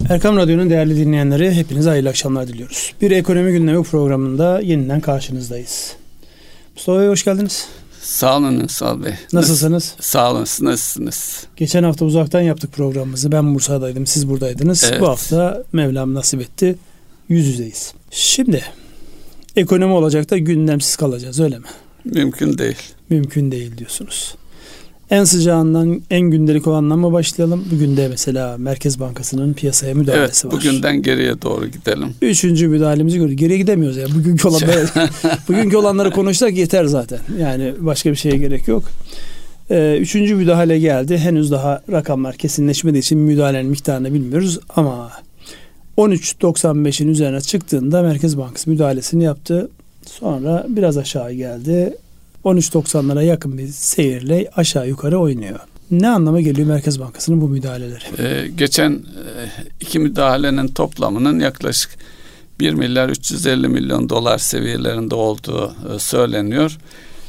Erkam Radyo'nun değerli dinleyenleri, hepinize hayırlı akşamlar diliyoruz. Bir ekonomi gündemi programında yeniden karşınızdayız. Mustafa Bey, hoş geldiniz. Sağ olun Ünsal Bey. Nasılsınız? Sağ olun. Nasılsınız? Geçen hafta uzaktan yaptık programımızı. Ben Bursa'daydım, siz buradaydınız. Evet. Bu hafta Mevlam nasip etti, yüz yüzeyiz. Şimdi ekonomi olacak da gündemsiz kalacağız, öyle mi? Mümkün değil. Mümkün değil diyorsunuz. En sıcağından, en gündelik olandan mı başlayalım? Bugün de mesela Merkez Bankası'nın piyasaya müdahalesi var. Evet, bugünden geriye doğru gidelim. Üçüncü müdahalemizi gördük. Geriye gidemiyoruz ya. Bugünkü olanları konuşsak yeter zaten. Yani başka bir şeye gerek yok. Üçüncü müdahale geldi. Henüz daha rakamlar kesinleşmediği için müdahalenin miktarını bilmiyoruz. Ama 13.95'in üzerine çıktığında Merkez Bankası müdahalesini yaptı. Sonra biraz aşağı geldi. 13.90'lara yakın bir seyirle aşağı yukarı oynuyor. Ne anlama geliyor Merkez Bankası'nın bu müdahaleleri? Geçen iki müdahalenin toplamının yaklaşık 1 milyar 350 milyon dolar seviyelerinde olduğu söyleniyor.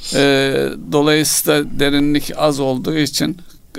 Dolayısıyla derinlik az olduğu için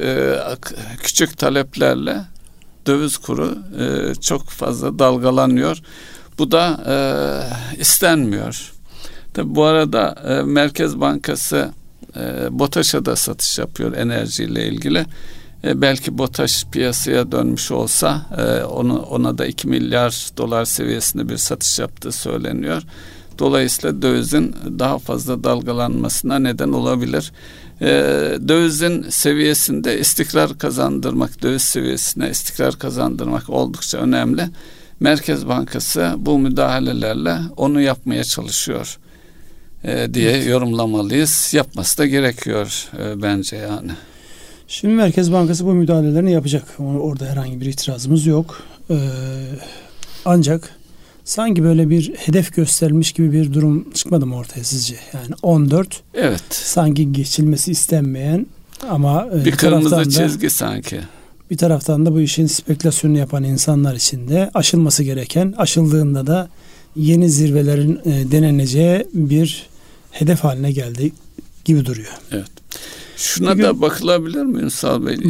küçük taleplerle döviz kuru çok fazla dalgalanıyor. Bu da istenmiyor. Tabi bu arada Merkez Bankası BOTAŞ'a da satış yapıyor enerjiyle ilgili. Belki BOTAŞ piyasaya dönmüş olsa ona da 2 milyar dolar seviyesinde bir satış yaptığı söyleniyor. Dolayısıyla dövizin daha fazla dalgalanmasına neden olabilir. Dövizin seviyesinde istikrar kazandırmak, döviz seviyesine istikrar kazandırmak oldukça önemli. Merkez Bankası bu müdahalelerle onu yapmaya çalışıyor diye yorumlamalıyız. Yapması da gerekiyor bence yani. Şimdi Merkez Bankası bu müdahalelerini yapacak. Orada herhangi bir itirazımız yok. Ancak sanki böyle bir hedef gösterilmiş gibi bir durum çıkmadı mı ortaya sizce? Yani 14. Evet. Sanki geçilmesi istenmeyen ama bir kırmızı çizgi sanki. Bir taraftan da bu işin spekülasyonunu yapan insanlar için de aşılması gereken, aşıldığında da yeni zirvelerin deneneceği bir hedef haline geldi gibi duruyor. Evet. Şuna da bakılabilir mi Ünsal Bey?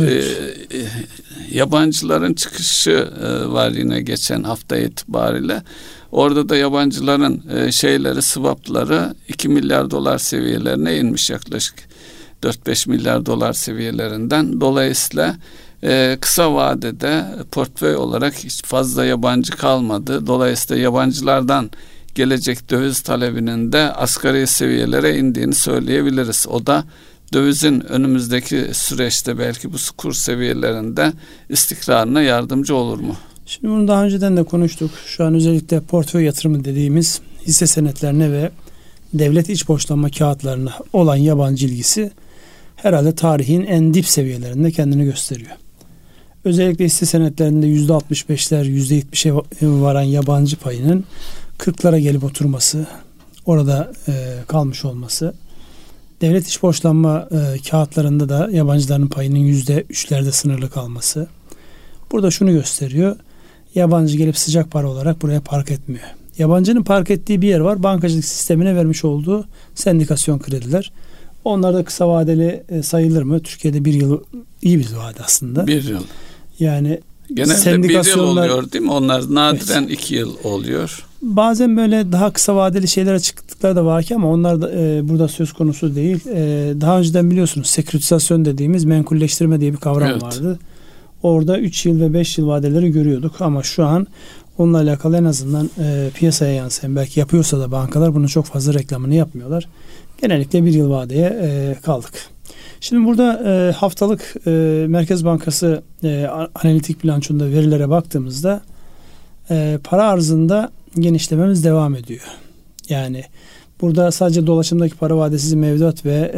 Yabancıların çıkışı var yine geçen hafta itibariyle. Orada da yabancıların swapları 2 milyar dolar seviyelerine inmiş, yaklaşık 4-5 milyar dolar seviyelerinden. Dolayısıyla kısa vadede portföy olarak hiç fazla yabancı kalmadı. Dolayısıyla yabancılardan gelecek döviz talebinin de asgari seviyelere indiğini söyleyebiliriz. O da dövizin önümüzdeki süreçte belki bu kur seviyelerinde istikrarına yardımcı olur mu? Şimdi bunu daha önceden de konuştuk. Şu an özellikle portföy yatırımı dediğimiz hisse senetlerine ve devlet iç borçlanma kağıtlarına olan yabancı ilgisi herhalde tarihin en dip seviyelerinde kendini gösteriyor. Özellikle hisse senetlerinde %65'ler, %70'e varan yabancı payının 40'lara gelip oturması, orada kalmış olması, devlet iç borçlanma kağıtlarında da yabancıların payının %3'lerde sınırlı kalması. Burada şunu gösteriyor: yabancı gelip sıcak para olarak buraya park etmiyor. Yabancının park ettiği bir yer var, bankacılık sistemine vermiş olduğu sendikasyon krediler. Onlar da kısa vadeli sayılır mı? Türkiye'de bir yıl iyi bir vade aslında. Bir yıl. Yani genelde bir yıl oluyor değil mi? Onlar nadiren 2 yıl oluyor. Bazen böyle daha kısa vadeli şeylere çıktıkları da var ki ama onlar da burada söz konusu değil. Daha önceden biliyorsunuz seküritizasyon dediğimiz menkulleştirme diye bir kavram vardı. Orada 3 yıl ve 5 yıl vadeleri görüyorduk ama şu an onunla alakalı en azından piyasaya yansıyan, belki yapıyorsa da bankalar bunun çok fazla reklamını yapmıyorlar. Genellikle bir yıl vadeye kaldık. Şimdi burada haftalık Merkez Bankası analitik bilançonda verilere baktığımızda para arzında genişlememiz devam ediyor. Yani burada sadece dolaşımdaki para vadesiz mevduat ve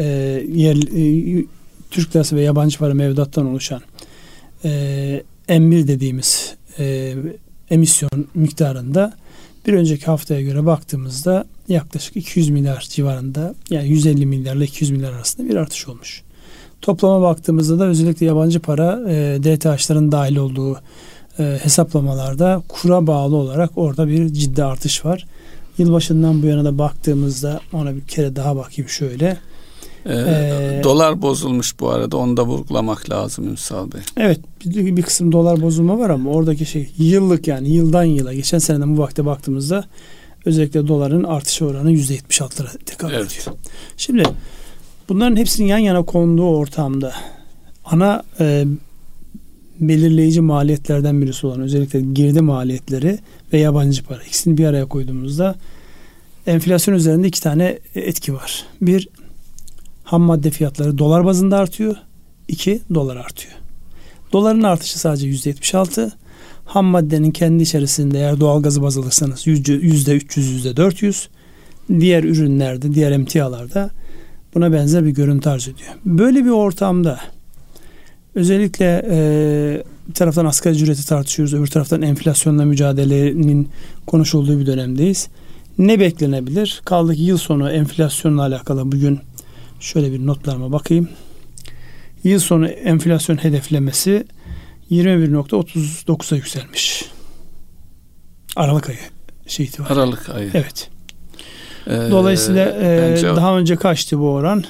Türk lirası ve yabancı para mevduattan oluşan M1 dediğimiz emisyon miktarında bir önceki haftaya göre baktığımızda yaklaşık 200 milyar civarında, yani 150 milyarla 200 milyar arasında bir artış olmuş. Toplama baktığımızda da özellikle yabancı para DTH'ların dahil olduğu hesaplamalarda kura bağlı olarak orada bir ciddi artış var. Yılbaşından bu yana da baktığımızda, ona bir kere daha bakayım şöyle. Dolar bozulmuş bu arada. Onu da vurgulamak lazım Ünsal Bey. Evet, bir kısım dolar bozulma var ama oradaki yıllık, yani yıldan yıla, geçen seneden bu vakte baktığımızda özellikle doların artış oranı %76'lara tekabül ediyor. Şimdi bunların hepsinin yan yana konduğu ortamda ana belirleyici maliyetlerden birisi olan özellikle girdi maliyetleri ve yabancı para, ikisini bir araya koyduğumuzda enflasyon üzerinde iki tane etki var. Bir, ham madde fiyatları dolar bazında artıyor. İki, dolar artıyor. Doların artışı sadece %76. Ham maddenin kendi içerisinde eğer doğalgazı baz alırsanız %300, %400. Diğer ürünlerde, diğer emtialarda buna benzer bir görüntü arz ediyor. Böyle bir ortamda özellikle bir taraftan asgari ücreti tartışıyoruz, öbür taraftan enflasyonla mücadelenin konuşulduğu bir dönemdeyiz. Ne beklenebilir? Kaldı ki yıl sonu enflasyonla alakalı bugün şöyle bir notlarıma bakayım. Yıl sonu enflasyon hedeflemesi 21.39'a yükselmiş. Aralık ayı itibariyle. Aralık ayı. Evet. Dolayısıyla daha önce kaçtı bu oran?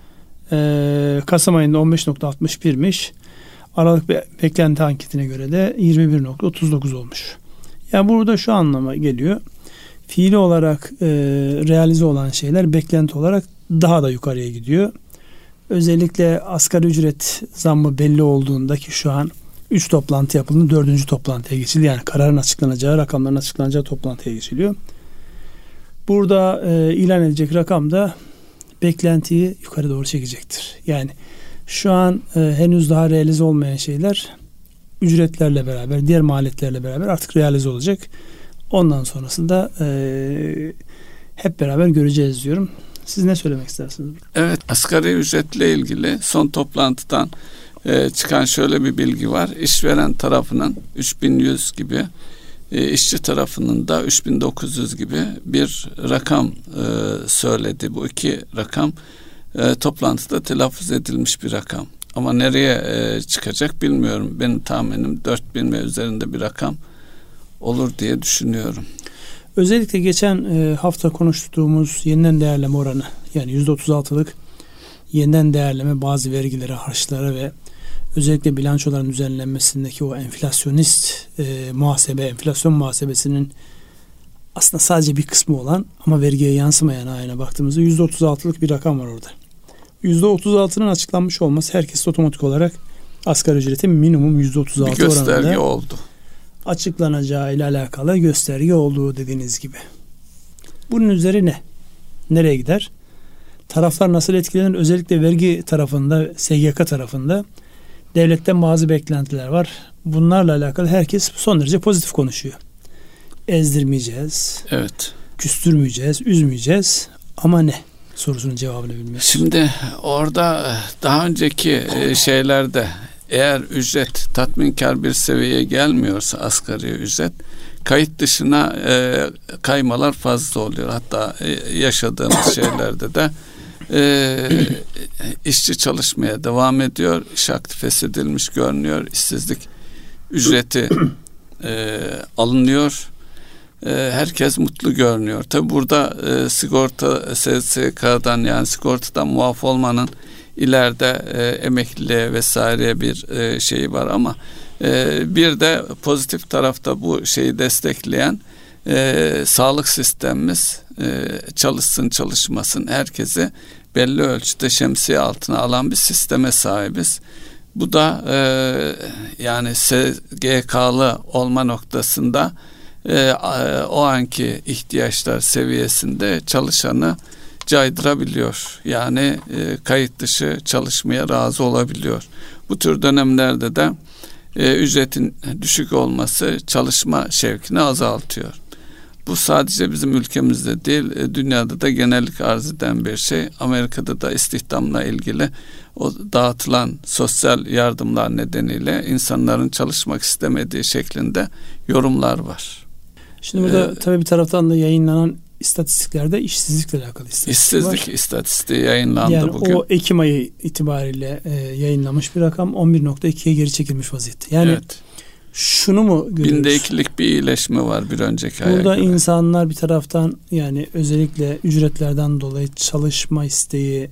Kasım ayında 15.61'miş. Aralık beklenti anketine göre de 21.39 olmuş. Yani burada şu anlama geliyor. Fiili olarak realize olan şeyler beklenti olarak daha da yukarıya gidiyor. Özellikle asgari ücret zammı belli olduğunda, ki şu an 3 toplantı yapıldı, 4. toplantıya geçildi. Yani kararın açıklanacağı, rakamların açıklanacağı toplantıya geçiliyor. Burada ilan edilecek rakam da beklentiyi yukarı doğru çekecektir. Yani şu an henüz daha realize olmayan şeyler ücretlerle beraber, diğer maliyetlerle beraber artık realize olacak. Ondan sonrasında hep beraber göreceğiz diyorum. Siz ne söylemek istersiniz? Evet, asgari ücretle ilgili son toplantıdan çıkan şöyle bir bilgi var. İşveren tarafının 3100 gibi, işçi tarafının da 3900 gibi bir rakam söyledi. Bu iki rakam toplantıda telaffuz edilmiş bir rakam. Ama nereye çıkacak bilmiyorum. Benim tahminim 4000 ve üzerinde bir rakam olur diye düşünüyorum. Özellikle geçen hafta konuştuğumuz yeniden değerleme oranı, yani %36'lık yeniden değerleme bazı vergilere, harçlara ve özellikle bilançoların düzenlenmesindeki o enflasyonist muhasebe, enflasyon muhasebesinin aslında sadece bir kısmı olan ama vergiye yansımayan haline baktığımızda %36'lık bir rakam var orada. %36'nın açıklanmış olması herkes otomatik olarak asgari ücretin minimum %36 oranında bir gösterge oldu. Açıklanacağı ile alakalı gösterge olduğu dediğiniz gibi. Bunun üzerine nereye gider? Taraflar nasıl etkilenir? Özellikle vergi tarafında, SGK tarafında devletten bazı beklentiler var. Bunlarla alakalı herkes son derece pozitif konuşuyor. Ezdirmeyeceğiz. Evet. Küstürmeyeceğiz, üzmeyeceğiz. Ama ne? Sorusunun cevabını bilmiyoruz. Şimdi orada daha önceki şeylerde eğer ücret tatminkar bir seviyeye gelmiyorsa, asgari ücret, kayıt dışına kaymalar fazla oluyor. Hatta yaşadığımız şeylerde de işçi çalışmaya devam ediyor. İş aktifesi edilmiş görünüyor. İşsizlik ücreti alınıyor. Herkes mutlu görünüyor. Tabi burada sigorta SSK'dan, yani sigortadan muaf olmanın ileride emekliliğe vesaire bir şeyi var ama bir de pozitif tarafta bu şeyi destekleyen sağlık sistemimiz çalışsın çalışmasın herkesi belli ölçüde şemsiye altına alan bir sisteme sahibiz. Bu da yani SGK'lı olma noktasında o anki ihtiyaçlar seviyesinde çalışanı caydırabiliyor. Yani kayıt dışı çalışmaya razı olabiliyor. Bu tür dönemlerde de ücretin düşük olması çalışma şevkini azaltıyor. Bu sadece bizim ülkemizde değil, dünyada da genellik arz eden bir şey. Amerika'da da istihdamla ilgili o dağıtılan sosyal yardımlar nedeniyle insanların çalışmak istemediği şeklinde yorumlar var. Şimdi burada tabii bir taraftan da yayınlanan istatistiklerde işsizlikle alakalı işsizlik istatistiği yayınlandı yani bugün. O Ekim ayı itibariyle yayınlanmış bir rakam 11.2'ye geri çekilmiş vaziyette. Yani evet. Şunu mu görüyoruz? 1/2'lik bir iyileşme var bir önceki aya Burada göre. insanlar bir taraftan yani özellikle ücretlerden dolayı çalışma isteği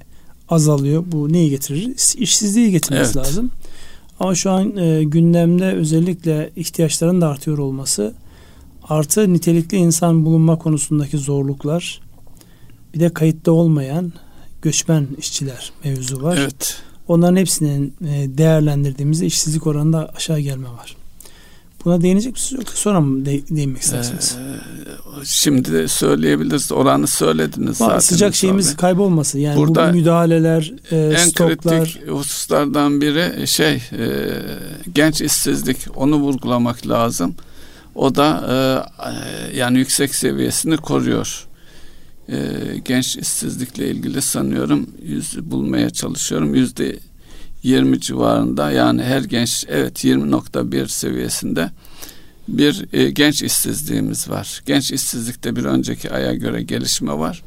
azalıyor. Bu neyi getirir? İşsizliği getirmesi lazım. Ama şu an gündemde özellikle ihtiyaçların da artıyor olması, artı nitelikli insan bulunma konusundaki zorluklar, bir de kayıtta olmayan göçmen işçiler mevzu var. Evet. Onların hepsinin değerlendirdiğimizde işsizlik oranında aşağı gelme var. Buna değinecek misiniz yoksa sonra mı değinmek istersiniz? Şimdi de söyleyebiliriz. Oranı söylediniz zaten. Sıcak şeyimiz kaybolmasın. Yani burada bu müdahaleler, en stoklar. kritik hususlardan biri genç işsizlik. Onu vurgulamak lazım. O da yani yüksek seviyesini koruyor. Genç işsizlikle ilgili sanıyorum bulmaya çalışıyorum. %20 civarında, yani her genç 20.1 seviyesinde bir genç işsizliğimiz var. Genç işsizlikte bir önceki aya göre gelişme var.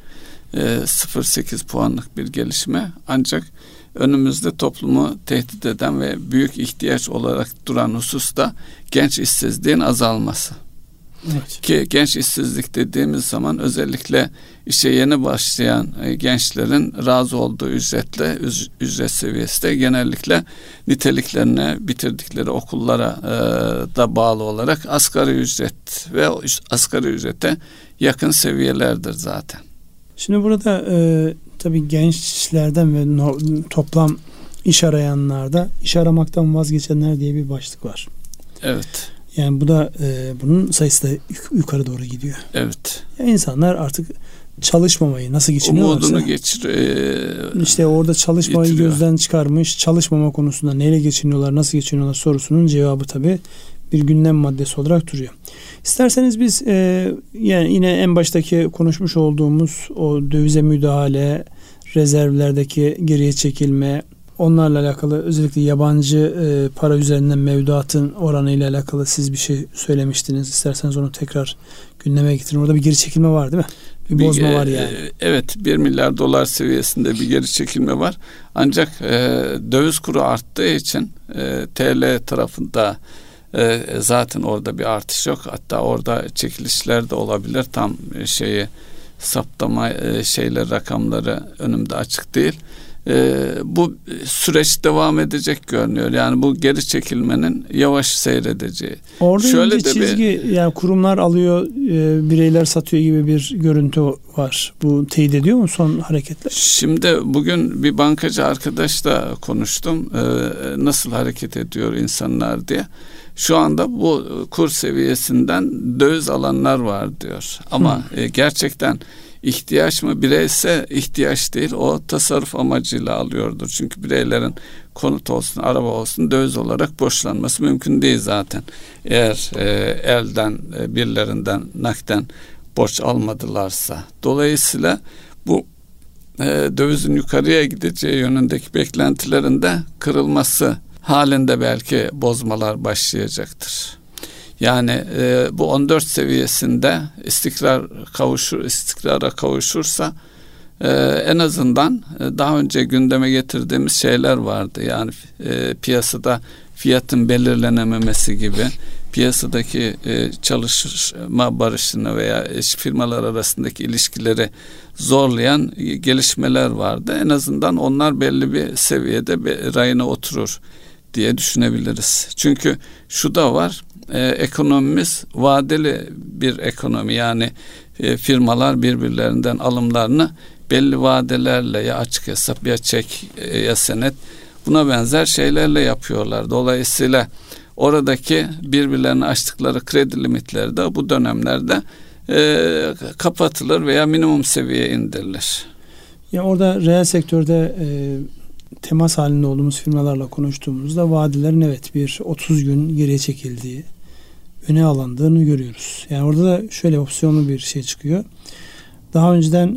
0.8 puanlık bir gelişme. Ancak önümüzde toplumu tehdit eden ve büyük ihtiyaç olarak duran husus da genç işsizliğin azalması. Evet. Ki genç işsizlik dediğimiz zaman özellikle işe yeni başlayan gençlerin razı olduğu ücret seviyesi de genellikle niteliklerine, bitirdikleri okullara da bağlı olarak asgari ücret ve asgari ücrete yakın seviyelerdir zaten. Şimdi burada tabii gençlerden ve toplam iş arayanlarda iş aramaktan vazgeçenler diye bir başlık var. Evet. Yani bu da bunun sayısı da yukarı doğru gidiyor. Evet. Yani insanlar artık çalışmamayı nasıl geçiniyorlarsa umudunu geçiriyor. İşte orada çalışmayı gözden çıkarmış, çalışmama konusunda neyle geçiniyorlar, nasıl geçiniyorlar sorusunun cevabı tabii bir gündem maddesi olarak duruyor. İsterseniz biz yani yine en baştaki konuşmuş olduğumuz o dövize müdahale, rezervlerdeki geriye çekilme, onlarla alakalı özellikle yabancı para üzerinden mevduatın oranıyla alakalı siz bir şey söylemiştiniz. İsterseniz onu tekrar gündeme getirin. Orada bir geri çekilme var değil mi? Bir bozma var yani. Evet, 1 milyar dolar seviyesinde bir geri çekilme var. Ancak döviz kuru arttığı için TL tarafında zaten orada bir artış yok. Hatta orada çekilişler de olabilir. Tam saptama rakamları önümde açık değil. Bu süreç devam edecek görünüyor. Yani bu geri çekilmenin yavaş seyredeceği. Orada şöyle bir çizgi, yani kurumlar alıyor, bireyler satıyor gibi bir görüntü var. Bu teyit ediyor mu son hareketler? Şimdi bugün bir bankacı arkadaşla konuştum. Nasıl hareket ediyor insanlar diye. Şu anda bu kur seviyesinden döviz alanlar var diyor. Ama gerçekten ihtiyaç mı? Bireyse ihtiyaç değil. O tasarruf amacıyla alıyordur. Çünkü bireylerin konut olsun, araba olsun döviz olarak borçlanması mümkün değil zaten. Eğer elden, birilerinden nakden borç almadılarsa. Dolayısıyla bu dövizin yukarıya gideceği yönündeki beklentilerin de kırılması halinde belki bozmalar başlayacaktır. Yani bu 14 seviyesinde istikrara kavuşursa en azından daha önce gündeme getirdiğimiz şeyler vardı. Yani piyasada fiyatın belirlenememesi gibi, piyasadaki çalışma barışını veya firmalar arasındaki ilişkileri zorlayan gelişmeler vardı. En azından onlar belli bir seviyede rayına oturur diye düşünebiliriz. Çünkü şu da var, ekonomimiz vadeli bir ekonomi. Yani firmalar birbirlerinden alımlarını belli vadelerle, ya açık hesap ya çek ya senet, buna benzer şeylerle yapıyorlar. Dolayısıyla oradaki birbirlerine açtıkları kredi limitleri de bu dönemlerde kapatılır veya minimum seviyeye indirilir. Ya orada reel sektörde temas halinde olduğumuz firmalarla konuştuğumuzda vadelerin bir 30 gün geriye çekildiği, öne alındığını görüyoruz. Yani orada da şöyle opsiyonlu bir şey çıkıyor. Daha önceden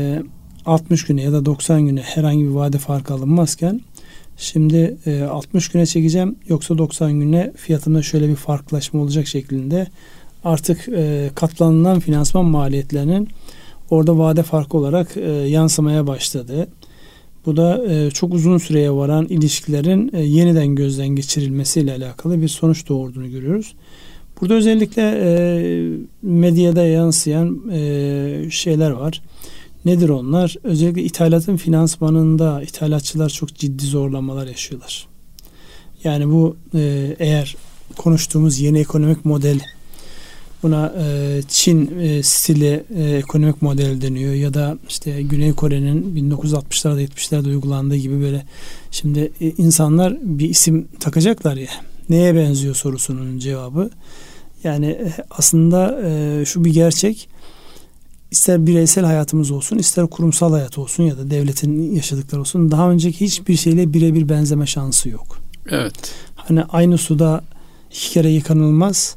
60 güne ya da 90 güne herhangi bir vade farkı alınmazken şimdi 60 güne çekeceğim, yoksa 90 güne fiyatımda şöyle bir farklılaşma olacak şeklinde artık katlanılan finansman maliyetlerinin orada vade farkı olarak yansımaya başladı. Bu da çok uzun süreye varan ilişkilerin yeniden gözden geçirilmesiyle alakalı bir sonuç doğurduğunu görüyoruz. Burada özellikle medyada yansıyan şeyler var. Nedir onlar? Özellikle ithalatın finansmanında ithalatçılar çok ciddi zorlamalar yaşıyorlar. Yani bu eğer konuştuğumuz yeni ekonomik model, buna Çin stili ekonomik model deniyor ya da işte Güney Kore'nin 1960'larda 70'lerde uygulandığı gibi böyle şimdi insanlar bir isim takacaklar ya, neye benziyor sorusunun cevabı yani aslında şu bir gerçek, ister bireysel hayatımız olsun ister kurumsal hayat olsun ya da devletin yaşadıkları olsun daha önceki hiçbir şeyle birebir benzeme şansı yok. Evet. Hani aynı suda 2 kere yıkanılmaz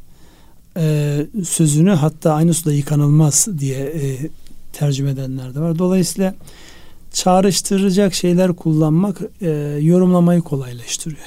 sözünü hatta aynı suda yıkanılmaz diye tercüme edenler de var. Dolayısıyla çağrıştıracak şeyler kullanmak yorumlamayı kolaylaştırıyor.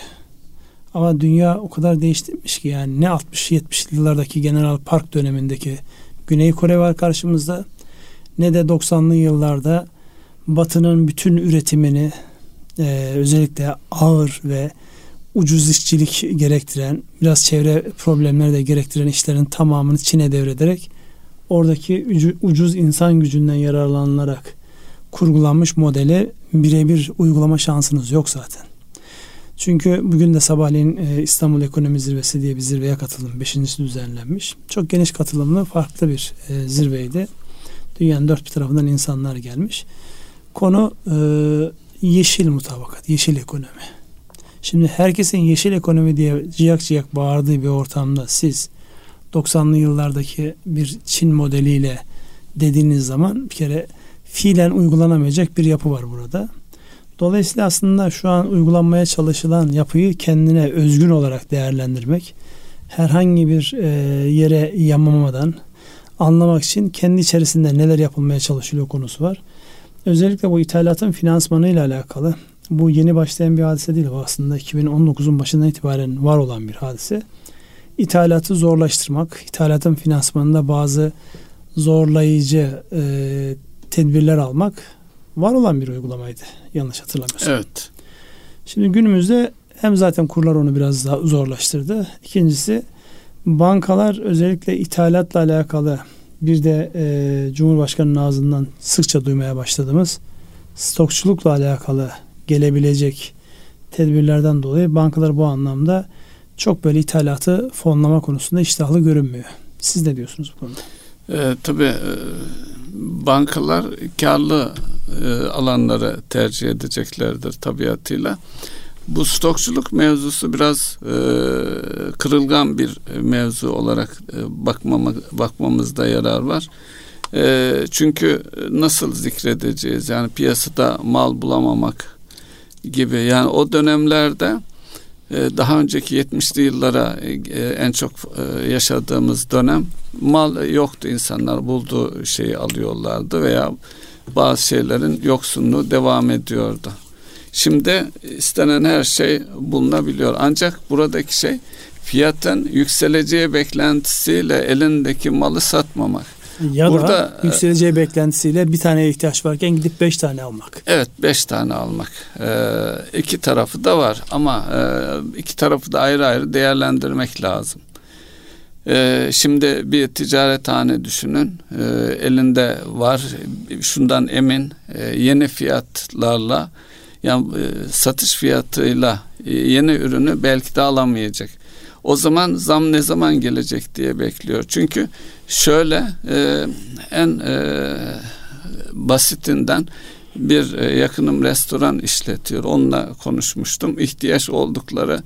Ama dünya o kadar değiştirmiş ki yani ne 60-70'li yıllardaki General Park dönemindeki Güney Kore var karşımızda, ne de 90'lı yıllarda Batı'nın bütün üretimini özellikle ağır ve ucuz işçilik gerektiren, biraz çevre problemleri de gerektiren işlerin tamamını Çin'e devrederek oradaki ucuz insan gücünden yararlanılarak kurgulanmış modeli birebir uygulama şansınız yok zaten. Çünkü bugün de sabahleyin İstanbul Ekonomi Zirvesi diye bir zirveye katıldım. 5.'si düzenlenmiş. Çok geniş katılımlı farklı bir zirveydi. Dünyanın dört bir tarafından insanlar gelmiş. Konu yeşil mutabakat, yeşil ekonomi. Şimdi herkesin yeşil ekonomi diye ciyak ciyak bağırdığı bir ortamda siz 90'lı yıllardaki bir Çin modeliyle dediğiniz zaman bir kere fiilen uygulanamayacak bir yapı var burada. Dolayısıyla aslında şu an uygulanmaya çalışılan yapıyı kendine özgün olarak değerlendirmek, herhangi bir yere yamamadan anlamak için kendi içerisinde neler yapılmaya çalışılıyor konusu var. Özellikle bu ithalatın finansmanı ile alakalı, bu yeni başlayan bir hadise değil. Bu aslında 2019'un başından itibaren var olan bir hadise. İthalatı zorlaştırmak, ithalatın finansmanında bazı zorlayıcı tedbirler almak var olan bir uygulamaydı. Yanlış hatırlamıyorsam. Evet. Şimdi günümüzde hem zaten kurlar onu biraz daha zorlaştırdı. İkincisi bankalar özellikle ithalatla alakalı bir de Cumhurbaşkanı'nın ağzından sıkça duymaya başladığımız stokçulukla alakalı gelebilecek tedbirlerden dolayı bankalar bu anlamda çok böyle ithalatı fonlama konusunda iştahlı görünmüyor. Siz ne diyorsunuz bu konuda? Tabii bankalar karlı alanları tercih edeceklerdir tabiatıyla. Bu stokçuluk mevzusu biraz kırılgan bir mevzu olarak bakmamızda yarar var. Çünkü nasıl zikredeceğiz? Yani piyasada mal bulamamak gibi. Yani o dönemlerde daha önceki 70'li yıllara en çok yaşadığımız dönem mal yoktu. İnsanlar bulduğu şeyi alıyorlardı veya bazı şeylerin yoksunluğu devam ediyordu. Şimdi istenen her şey bulunabiliyor. Ancak buradaki şey fiyatın yükseleceği beklentisiyle elindeki malı satmamak. Ya burada, da yükseleceği beklentisiyle bir taneye ihtiyaç varken gidip 5 tane almak. Evet, 5 tane almak. İki tarafı da var ama iki tarafı da ayrı ayrı değerlendirmek lazım. Şimdi bir ticarethane düşünün. Elinde var, şundan emin, yeni fiyatlarla yani satış fiyatıyla yeni ürünü belki de alamayacak. O zaman zam ne zaman gelecek diye bekliyor. Çünkü şöyle en basitinden bir yakınım restoran işletiyor. Onunla konuşmuştum. İhtiyaç oldukları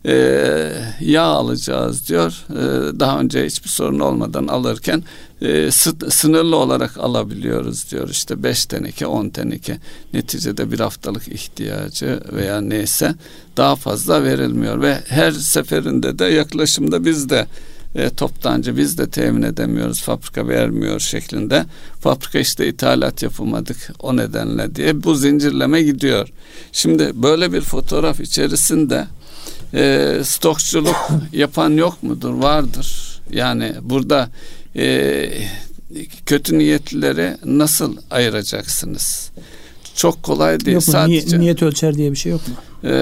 yağ alacağız diyor. Daha önce hiçbir sorun olmadan alırken sınırlı olarak alabiliyoruz diyor. İşte 5 teneke 10 teneke neticede bir haftalık ihtiyacı veya neyse daha fazla verilmiyor ve her seferinde de yaklaşımda biz de toptancı biz de temin edemiyoruz, fabrika vermiyor şeklinde. Fabrika işte ithalat yapamadık o nedenle diye bu zincirleme gidiyor. Şimdi böyle bir fotoğraf içerisinde stokçuluk yapan yok mudur? Vardır. Yani burada kötü niyetlileri nasıl ayıracaksınız? Çok kolay değil. Yok mu? Sadece niyet ölçer diye bir şey yok mu?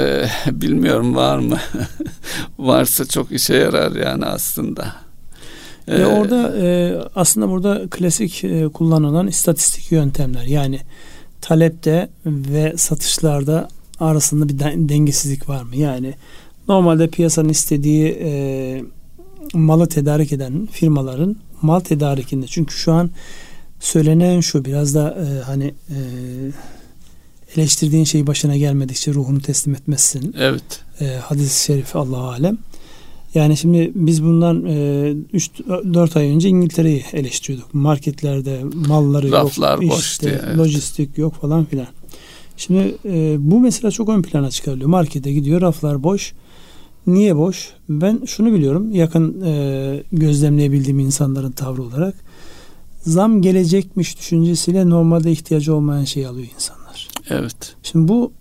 Bilmiyorum var mı? Varsa çok işe yarar yani aslında. Ve orada aslında burada klasik kullanılan istatistik yöntemler, yani talepte ve satışlarda arasında bir dengesizlik var mı? Yani normalde piyasanın istediği malı tedarik eden firmaların mal tedarikinde, çünkü şu an söylenen şu, biraz da eleştirdiğin şey başına gelmedikçe ruhunu teslim etmezsin. Evet. Hadis-i şerif, Allahu alem. Yani şimdi biz bundan 3-4 ay önce İngiltere'yi eleştiriyorduk. Marketlerde malları raflar yok, boş işte, diye, evet. Lojistik yok falan filan. Şimdi bu mesela çok ön plana çıkarılıyor. Markete gidiyor, raflar boş. Niye boş? Ben şunu biliyorum, yakın gözlemleyebildiğim insanların tavrı olarak, zam gelecekmiş düşüncesiyle normalde ihtiyacı olmayan şeyi alıyor insanlar. Evet. Şimdi bu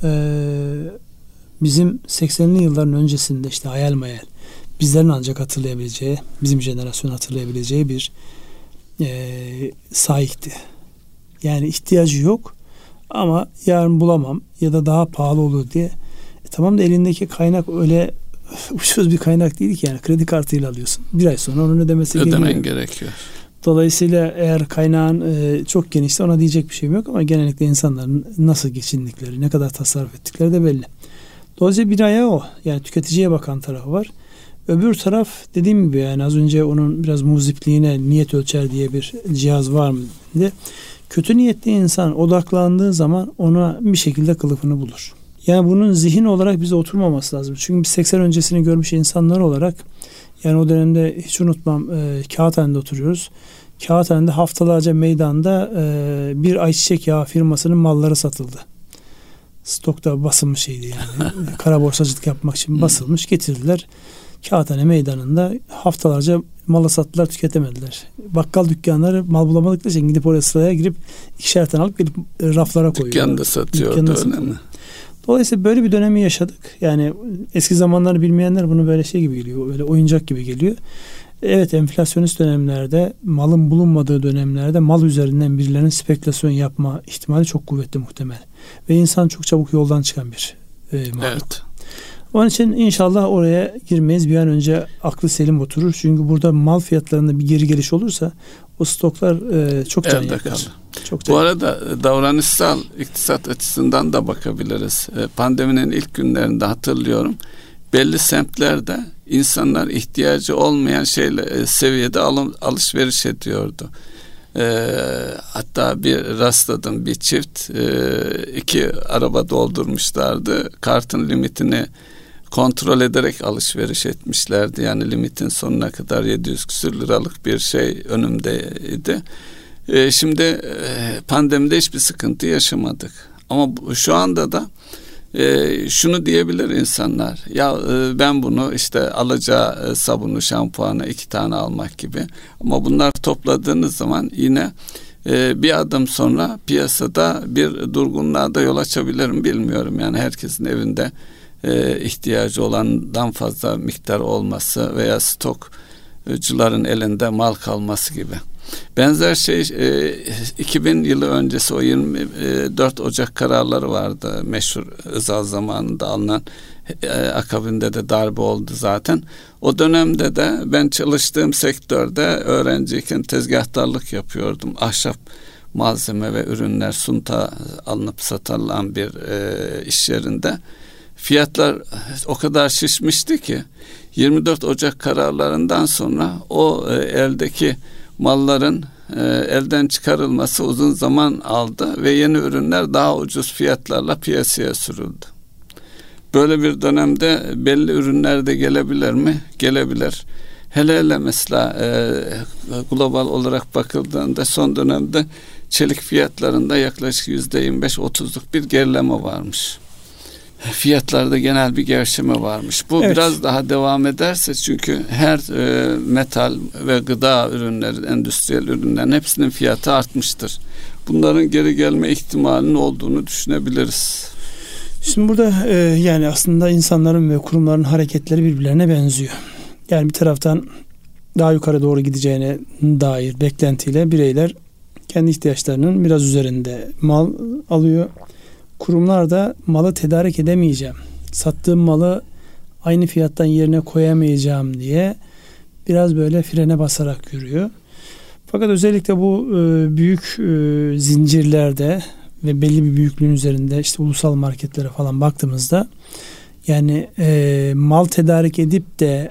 bizim 80'li yılların öncesinde işte hayal mayal, bizlerin ancak hatırlayabileceği, bizim jenerasyon hatırlayabileceği bir sahikti. Yani ihtiyacı yok ama yarın bulamam ya da daha pahalı olur diye. Tamam da elindeki kaynak öyle ucuz bir kaynak değil ki, yani kredi kartıyla alıyorsun. Bir ay sonra onun ödemen gerekiyor. Dolayısıyla eğer kaynağın çok genişse ona diyecek bir şeyim yok, ama genellikle insanların nasıl geçindikleri, ne kadar tasarruf ettikleri de belli. Dolayısıyla bir ayağı o. Yani tüketiciye bakan tarafı var. Öbür taraf, dediğim gibi, yani az önce onun biraz muzipliğine niyet ölçer diye bir cihaz var mı diye. Kötü niyetli insan odaklandığı zaman ona bir şekilde kılıfını bulur. Yani bunun zihin olarak bize oturmaması lazım. Çünkü biz 80 öncesini görmüş insanlar olarak, yani o dönemde hiç unutmam, Kağıthane'de oturuyoruz. Kağıthane'de haftalarca meydanda bir ayçiçek yağı firmasının malları satıldı. Stokta basılmış şeydi yani. Kara borsacılık yapmak için basılmış, getirdiler. Kağıthane meydanında haftalarca malı sattılar, tüketemediler. Bakkal dükkanları mal bulamadıkları için gidip oraya sıraya girip ikişer tane alıp gelip raflara koyuyorlar. Dükkanda satıyordu. Dolayısıyla böyle bir dönemi yaşadık. Yani eski zamanları bilmeyenler bunu böyle şey gibi geliyor. Böyle oyuncak gibi geliyor. Evet, enflasyonist dönemlerde, malın bulunmadığı dönemlerde mal üzerinden birilerinin spekülasyon yapma ihtimali çok kuvvetli, muhtemel. Ve insan çok çabuk yoldan çıkan bir mahluk. Evet. Onun için inşallah oraya girmeyiz. Bir an önce aklı selim oturur. Çünkü burada mal fiyatlarında bir geri geliş olursa o stoklar çok can yakar. Bu arada davranışsal iktisat açısından da bakabiliriz. Pandeminin ilk günlerinde hatırlıyorum, belli semtlerde insanlar ihtiyacı olmayan seviyede alışveriş ediyordu. Hatta bir rastladım, bir çift 2 araba doldurmuşlardı. Kartın limitini kontrol ederek alışveriş etmişlerdi. Yani limitin sonuna kadar 700 küsür liralık bir şey önümdeydi. Şimdi pandemide hiçbir sıkıntı yaşamadık. Ama şu anda da şunu diyebilir insanlar. Ya ben bunu işte alacağı sabunu, şampuanı 2 tane almak gibi. Ama bunlar topladığınız zaman yine bir adım sonra piyasada bir durgunluğa da yol açabilir mi bilmiyorum. Yani herkesin evinde ihtiyacı olandan fazla miktar olması veya stokçuların elinde mal kalması gibi. Benzer şey 2000 yılı öncesi o 24 Ocak kararları vardı, meşhur Özal zamanında alınan, akabinde de darbe oldu zaten. O dönemde de ben çalıştığım sektörde öğrenciyken tezgahtarlık yapıyordum. Ahşap malzeme ve ürünler, sunta alınıp satılan bir iş yerinde. Fiyatlar o kadar şişmişti ki 24 Ocak kararlarından sonra o eldeki malların elden çıkarılması uzun zaman aldı ve yeni ürünler daha ucuz fiyatlarla piyasaya sürüldü. Böyle bir dönemde belli ürünler de gelebilir mi? Gelebilir. Hele mesela global olarak bakıldığında son dönemde çelik fiyatlarında yaklaşık %25-30'luk bir gerileme varmış. Fiyatlarda genel bir gevşeme varmış. Bu biraz daha devam ederse, çünkü her metal ve gıda ürünleri, endüstriyel ürünlerin hepsinin fiyatı artmıştır. Bunların geri gelme ihtimalinin olduğunu düşünebiliriz. Şimdi burada yani aslında insanların ve kurumların hareketleri birbirlerine benziyor. Yani bir taraftan daha yukarı doğru gideceğine dair beklentiyle bireyler kendi ihtiyaçlarının biraz üzerinde mal alıyor. Kurumlar da malı tedarik edemeyeceğim, sattığım malı aynı fiyattan yerine koyamayacağım diye biraz böyle frene basarak yürüyor. Fakat özellikle bu büyük zincirlerde ve belli bir büyüklüğün üzerinde işte ulusal marketlere falan baktığımızda yani mal tedarik edip de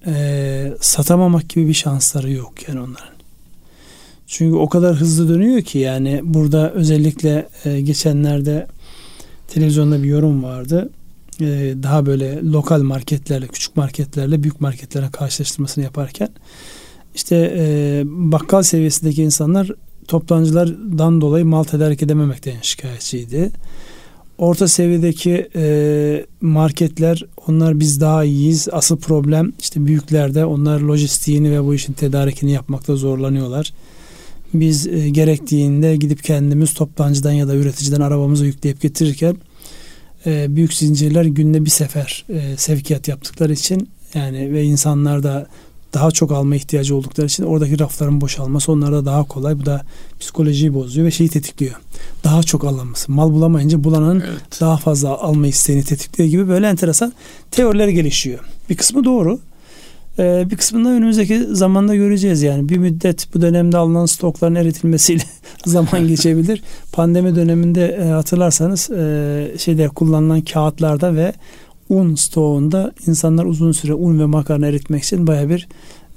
satamamak gibi bir şansları yok yani onların. Çünkü o kadar hızlı dönüyor ki yani burada özellikle geçenlerde televizyonda bir yorum vardı. Daha böyle lokal marketlerle, küçük marketlerle büyük marketlerin karşılaştırmasını yaparken işte bakkal seviyesindeki insanlar toptancılardan dolayı mal tedarik edememekten şikayetçiydi. Orta seviyedeki marketler onlar biz daha iyiyiz. Asıl problem işte büyüklerde onlar lojistiğini ve bu işin tedarikini yapmakta zorlanıyorlar. Biz gerektiğinde gidip kendimiz toptancıdan ya da üreticiden arabamızı yükleyip getirirken büyük zincirler günde bir sefer sevkiyat yaptıkları için yani ve insanlar da daha çok alma ihtiyacı oldukları için oradaki rafların boşalması onlarda daha kolay. Bu da psikolojiyi bozuyor ve şeyi tetikliyor. Daha çok alınması. Mal bulamayınca bulanın daha fazla alma isteğini tetikliyor gibi böyle enteresan teoriler gelişiyor. Bir kısmı doğru. Bir kısmında önümüzdeki zamanda göreceğiz yani. Bir müddet bu dönemde alınan stokların eritilmesiyle zaman geçebilir. Pandemi döneminde hatırlarsanız şeyde kullanılan kağıtlarda ve un stoğunda insanlar uzun süre un ve makarna eritmek için bayağı bir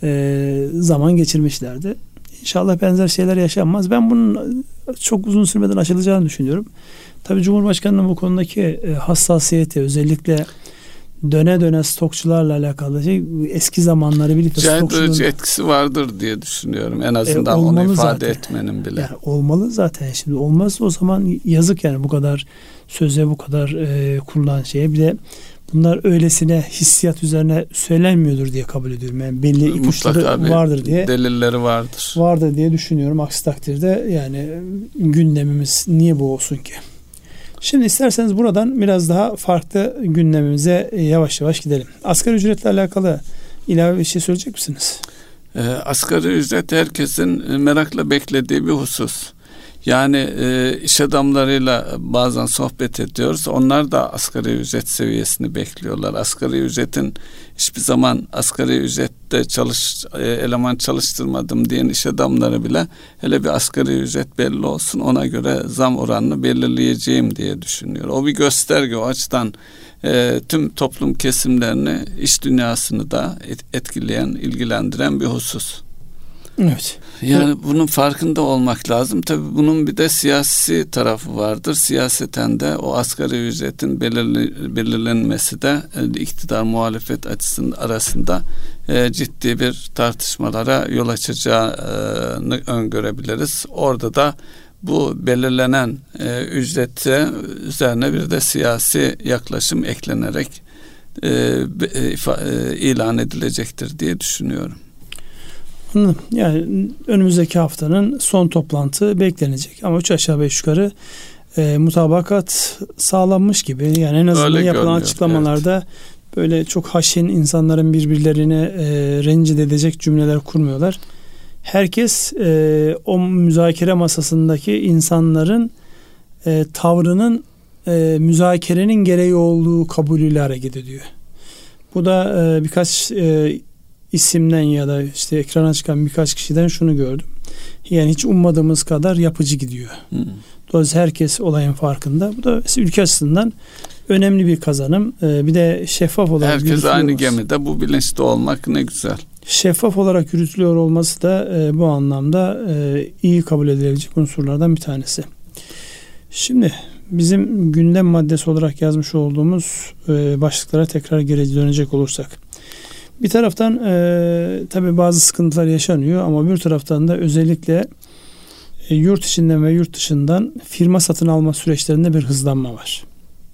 zaman geçirmişlerdi. İnşallah benzer şeyler yaşanmaz. Ben bunun çok uzun sürmeden aşılacağını düşünüyorum. Tabii Cumhurbaşkanı'nın bu konudaki hassasiyeti özellikle döne döne stokçularla alakalı eski zamanları bilip caydırıcı etkisi vardır diye düşünüyorum. En azından onu ifade zaten etmenin bile. Yani olmalı zaten. Şimdi olmazsa o zaman yazık yani bu kadar söze bu kadar kurulan şeye. Bir de bunlar öylesine hissiyat üzerine söylenmiyordur diye kabul ediyorum. Yani belli ipuçları vardır diye. Delilleri vardır. Vardır diye düşünüyorum. Aksi takdirde yani gündemimiz niye bu olsun ki? Şimdi isterseniz buradan biraz daha farklı gündemimize yavaş yavaş gidelim. Asgari ücretle alakalı ilave bir şey söyleyecek misiniz? Asgari ücret herkesin merakla beklediği bir husus. Yani iş adamlarıyla bazen sohbet ediyoruz. Onlar da asgari ücret seviyesini bekliyorlar. Asgari ücretin hiçbir zaman asgari ücrette eleman çalıştırmadım diyen iş adamları bile hele bir asgari ücret belli olsun ona göre zam oranını belirleyeceğim diye düşünüyor. O bir gösterge, o açıdan tüm toplum kesimlerini, iş dünyasını da etkileyen, ilgilendiren bir husus. Evet. Yani bunun farkında olmak lazım. Tabii bunun bir de siyasi tarafı vardır. Siyaseten de o asgari ücretin belirlenmesi de iktidar muhalefet açısının arasında ciddi bir tartışmalara yol açacağını öngörebiliriz. Orada da bu belirlenen ücreti üzerine bir de siyasi yaklaşım eklenerek ilan edilecektir diye düşünüyorum. Yani önümüzdeki haftanın son toplantı beklenecek ama 3 aşağı 5 yukarı mutabakat sağlanmış gibi. Yani en azından öyle yapılan görünüyor, açıklamalarda evet. Böyle çok haşin insanların birbirlerine rencide edecek cümleler kurmuyorlar. Herkes o müzakere masasındaki insanların tavrının müzakerenin gereği olduğu kabulüyle hareket ediyor. Bu da birkaç isimden ya da işte ekrana çıkan birkaç kişiden şunu gördüm. Yani hiç ummadığımız kadar yapıcı gidiyor. Dolayısıyla herkes olayın farkında. Bu da ülke açısından önemli bir kazanım. Bir de şeffaf olarak herkes aynı gemide, bu bilinçli olmak ne güzel. Şeffaf olarak yürütülüyor olması da bu anlamda iyi kabul edilebilecek unsurlardan bir tanesi. Şimdi bizim gündem maddesi olarak yazmış olduğumuz başlıklara tekrar geri dönecek olursak. Bir taraftan tabii bazı sıkıntılar yaşanıyor ama bir taraftan da özellikle yurt içinden ve yurt dışından firma satın alma süreçlerinde bir hızlanma var.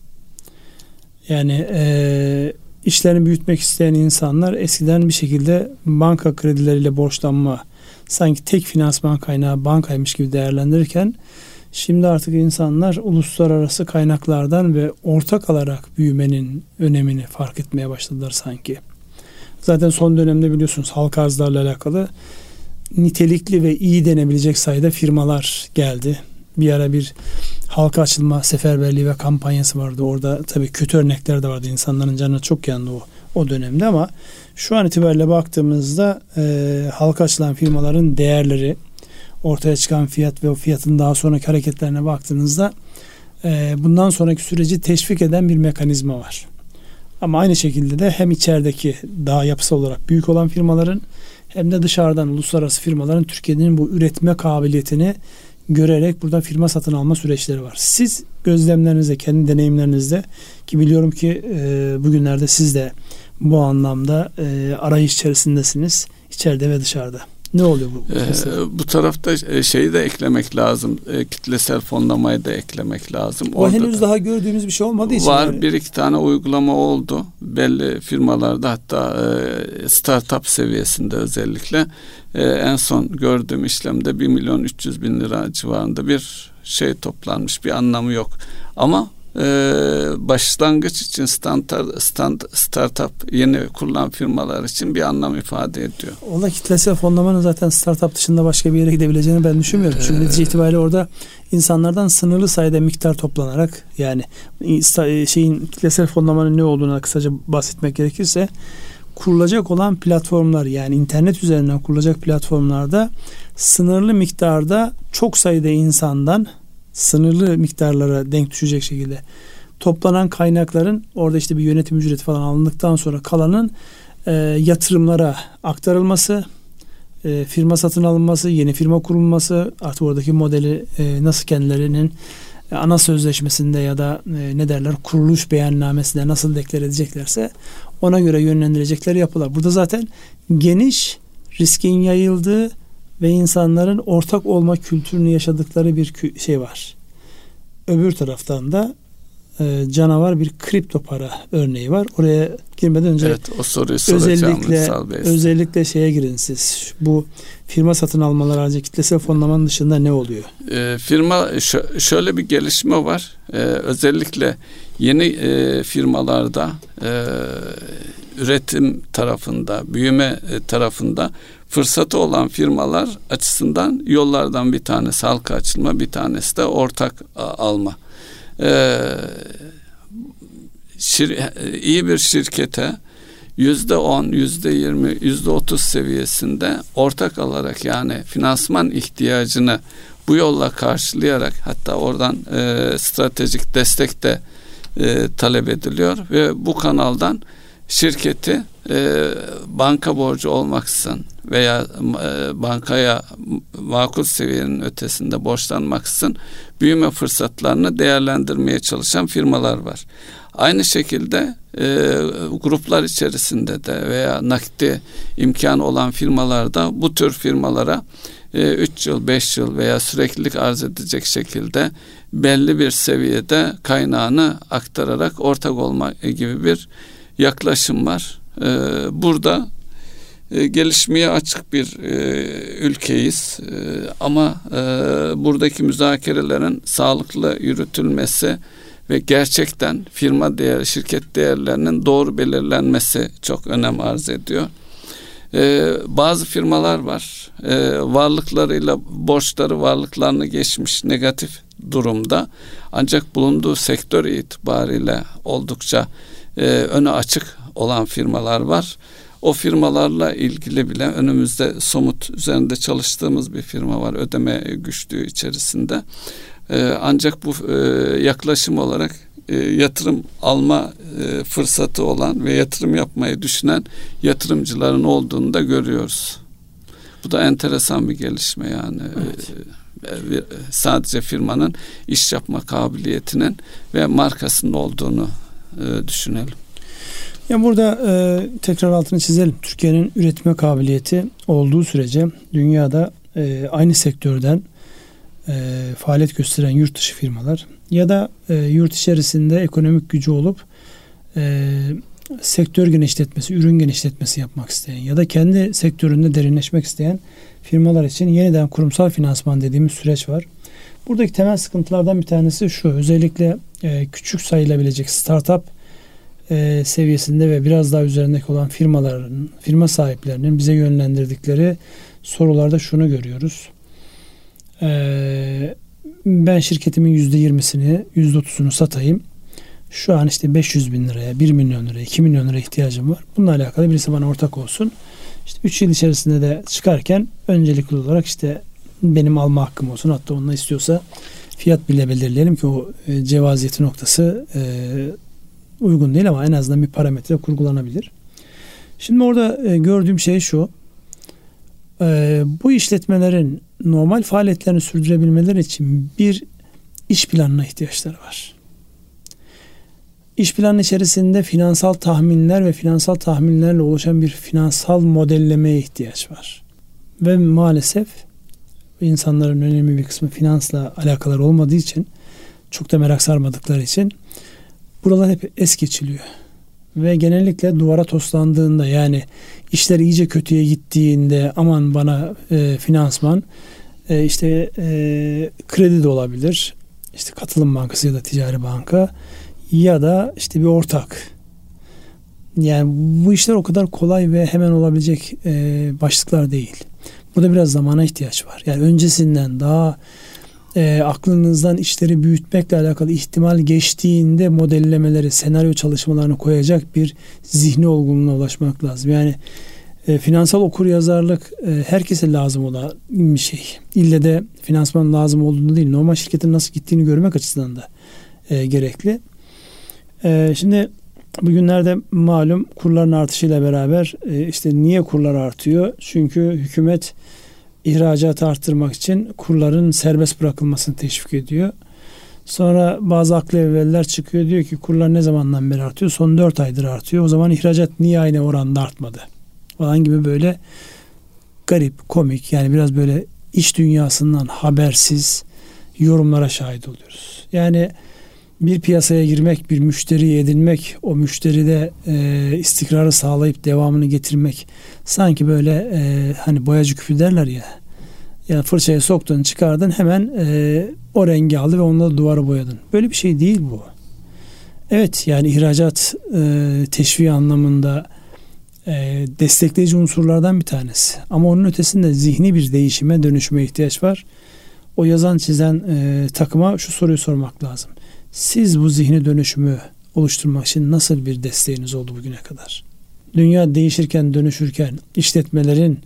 Yani işlerini büyütmek isteyen insanlar eskiden bir şekilde banka kredileriyle borçlanma, sanki tek finansman kaynağı bankaymış gibi değerlendirirken şimdi artık insanlar uluslararası kaynaklardan ve ortak alarak büyümenin önemini fark etmeye başladılar sanki. Zaten son dönemde biliyorsunuz halka arzlarla alakalı nitelikli ve iyi denebilecek sayıda firmalar geldi. Bir ara bir halka açılma seferberliği ve kampanyası vardı. Orada tabii kötü örnekler de vardı. İnsanların canına çok yandı o dönemde, ama şu an itibariyle baktığımızda halka açılan firmaların değerleri, ortaya çıkan fiyat ve o fiyatın daha sonraki hareketlerine baktığınızda bundan sonraki süreci teşvik eden bir mekanizma var. Ama aynı şekilde de hem içerideki daha yapısal olarak büyük olan firmaların hem de dışarıdan uluslararası firmaların Türkiye'nin bu üretme kabiliyetini görerek burada firma satın alma süreçleri var. Siz gözlemlerinizde, kendi deneyimlerinizde, ki biliyorum ki bugünlerde siz de bu anlamda arayış içerisindesiniz, içeride ve dışarıda. Ne oluyor bu? Bu tarafta şeyi de eklemek lazım. Kitlesel fonlamayı da eklemek lazım. O henüz daha gördüğümüz bir şey olmadığı için. Var, yani. bir iki tane uygulama oldu. Belli firmalarda, hatta startup seviyesinde özellikle en son gördüğüm işlemde 1.300.000 lira civarında bir şey toplanmış. Bir anlamı yok. Ama başlangıç için startup yeni kurulan firmalar için bir anlam ifade ediyor. O da kitlesel fonlamanın zaten startup dışında başka bir yere gidebileceğini ben düşünmüyorum. Çünkü netice itibariyle orada insanlardan sınırlı sayıda miktar toplanarak, yani kitlesel fonlamanın ne olduğuna kısaca bahsetmek gerekirse, kurulacak olan platformlar, yani internet üzerinden kurulacak platformlarda sınırlı miktarda çok sayıda insandan sınırlı miktarlara denk düşecek şekilde toplanan kaynakların orada işte bir yönetim ücreti falan alındıktan sonra kalanın yatırımlara aktarılması, firma satın alınması, yeni firma kurulması, artık oradaki modeli nasıl kendilerinin ana sözleşmesinde ya da kuruluş beyannamesinde nasıl deklar edeceklerse ona göre yönlendirecekleri yapılar. Burada zaten geniş, riskin yayıldığı ve insanların ortak olma kültürünü yaşadıkları bir şey var. Öbür taraftan da canavar bir kripto para örneği var. Oraya girmeden önce o soruyu soracağım. Özellikle şeye girin siz. Bu firma satın almalar haricinde kitlesel fonlamanın dışında ne oluyor? Firma şöyle bir gelişme var. Özellikle yeni firmalarda üretim tarafında, büyüme tarafında fırsatı olan firmalar açısından yollardan bir tanesi halka açılma, bir tanesi de ortak alma. İyi bir şirkete %10, %20, %30 seviyesinde ortak alarak, yani finansman ihtiyacını bu yolla karşılayarak, hatta oradan stratejik destek de talep ediliyor ve bu kanaldan şirketi banka borcu olmaksızın veya bankaya makul seviyenin ötesinde borçlanmaksızın büyüme fırsatlarını değerlendirmeye çalışan firmalar var. Aynı şekilde gruplar içerisinde de veya nakdi imkanı olan firmalarda bu tür firmalara 3 yıl, 5 yıl veya süreklilik arz edecek şekilde belli bir seviyede kaynağını aktararak ortak olma gibi bir yaklaşım var. Burada gelişmeye açık bir ülkeyiz. Ama buradaki müzakerelerin sağlıklı yürütülmesi ve gerçekten firma değeri, şirket değerlerinin doğru belirlenmesi çok önem arz ediyor. Bazı firmalar var. Varlıklarıyla borçları varlıklarını geçmiş negatif durumda. Ancak bulunduğu sektör itibariyle oldukça öne açık olan firmalar var. O firmalarla ilgili bile önümüzde somut üzerinde çalıştığımız bir firma var, ödeme güçlüğü içerisinde. Ancak bu yaklaşım olarak yatırım alma fırsatı olan ve yatırım yapmayı düşünen yatırımcıların olduğunu da görüyoruz. Bu da enteresan bir gelişme yani. Evet. Sadece firmanın iş yapma kabiliyetinin ve markasının olduğunu düşünelim. Ya burada tekrar altını çizelim. Türkiye'nin üretme kabiliyeti olduğu sürece dünyada aynı sektörden faaliyet gösteren yurt dışı firmalar ya da yurt içerisinde ekonomik gücü olup sektör genişletmesi, ürün genişletmesi yapmak isteyen ya da kendi sektöründe derinleşmek isteyen firmalar için yeniden kurumsal finansman dediğimiz süreç var. Buradaki temel sıkıntılardan bir tanesi şu: özellikle küçük sayılabilecek startup seviyesinde ve biraz daha üzerindeki olan firmaların, firma sahiplerinin bize yönlendirdikleri sorularda şunu görüyoruz. ben şirketimin %20'sini, %30'unu satayım. Şu an işte 500 bin liraya, 1 milyon liraya, 2 milyon liraya ihtiyacım var. Bununla alakalı birisi bana ortak olsun. İşte 3 yıl içerisinde de çıkarken öncelikli olarak işte benim alma hakkım olsun. Hatta onunla istiyorsa fiyat bile belirleyelim ki o cevaziyeti noktası uygun değil ama en azından bir parametre kurgulanabilir. Şimdi orada gördüğüm şey şu. Bu işletmelerin normal faaliyetlerini sürdürebilmeleri için bir iş planına ihtiyaçları var. İş planı içerisinde finansal tahminler ve finansal tahminlerle oluşan bir finansal modellemeye ihtiyaç var. Ve maalesef insanların önemli bir kısmı finansla alakaları olmadığı için, çok da merak sarmadıkları için buralar hep es geçiliyor. Ve genellikle duvara toslandığında, yani işler iyice kötüye gittiğinde aman bana finansman, kredi de olabilir, işte katılım bankası ya da ticari banka ya da işte bir ortak. Yani bu işler o kadar kolay ve hemen olabilecek başlıklar değil. Burada biraz zamana ihtiyaç var. Yani öncesinden daha aklınızdan işleri büyütmekle alakalı ihtimal geçtiğinde modellemeleri, senaryo çalışmalarını koyacak bir zihni olgunluğuna ulaşmak lazım. Yani finansal okuryazarlık herkese lazım olan bir şey. İlle de finansman lazım olduğunu değil, normal şirketin nasıl gittiğini görmek açısından da gerekli. Şimdi bugünlerde malum kurların artışıyla beraber işte niye kurlar artıyor? Çünkü hükümet ihracatı arttırmak için kurların serbest bırakılmasını teşvik ediyor. Sonra bazı aklı evveller çıkıyor, diyor ki kurlar ne zamandan beri artıyor? Son 4 aydır artıyor. O zaman ihracat niye aynı oranda artmadı? Falan gibi böyle garip, komik, yani biraz böyle iş dünyasından habersiz yorumlara şahit oluyoruz. Yani bir piyasaya girmek, bir müşteriyi edinmek, o müşteride istikrarı sağlayıp devamını getirmek, sanki böyle hani boyacı küpü derler ya, yani fırçaya soktun, çıkardın, hemen o rengi aldı ve onunla duvarı boyadın. Böyle bir şey değil bu. Evet, yani ihracat teşviği anlamında destekleyici unsurlardan bir tanesi. Ama onun ötesinde zihni bir değişime, dönüşüme ihtiyaç var. O yazan çizen takıma şu soruyu sormak lazım. Siz bu zihni dönüşümü oluşturmak için nasıl bir desteğiniz oldu bugüne kadar? Dünya değişirken, dönüşürken işletmelerin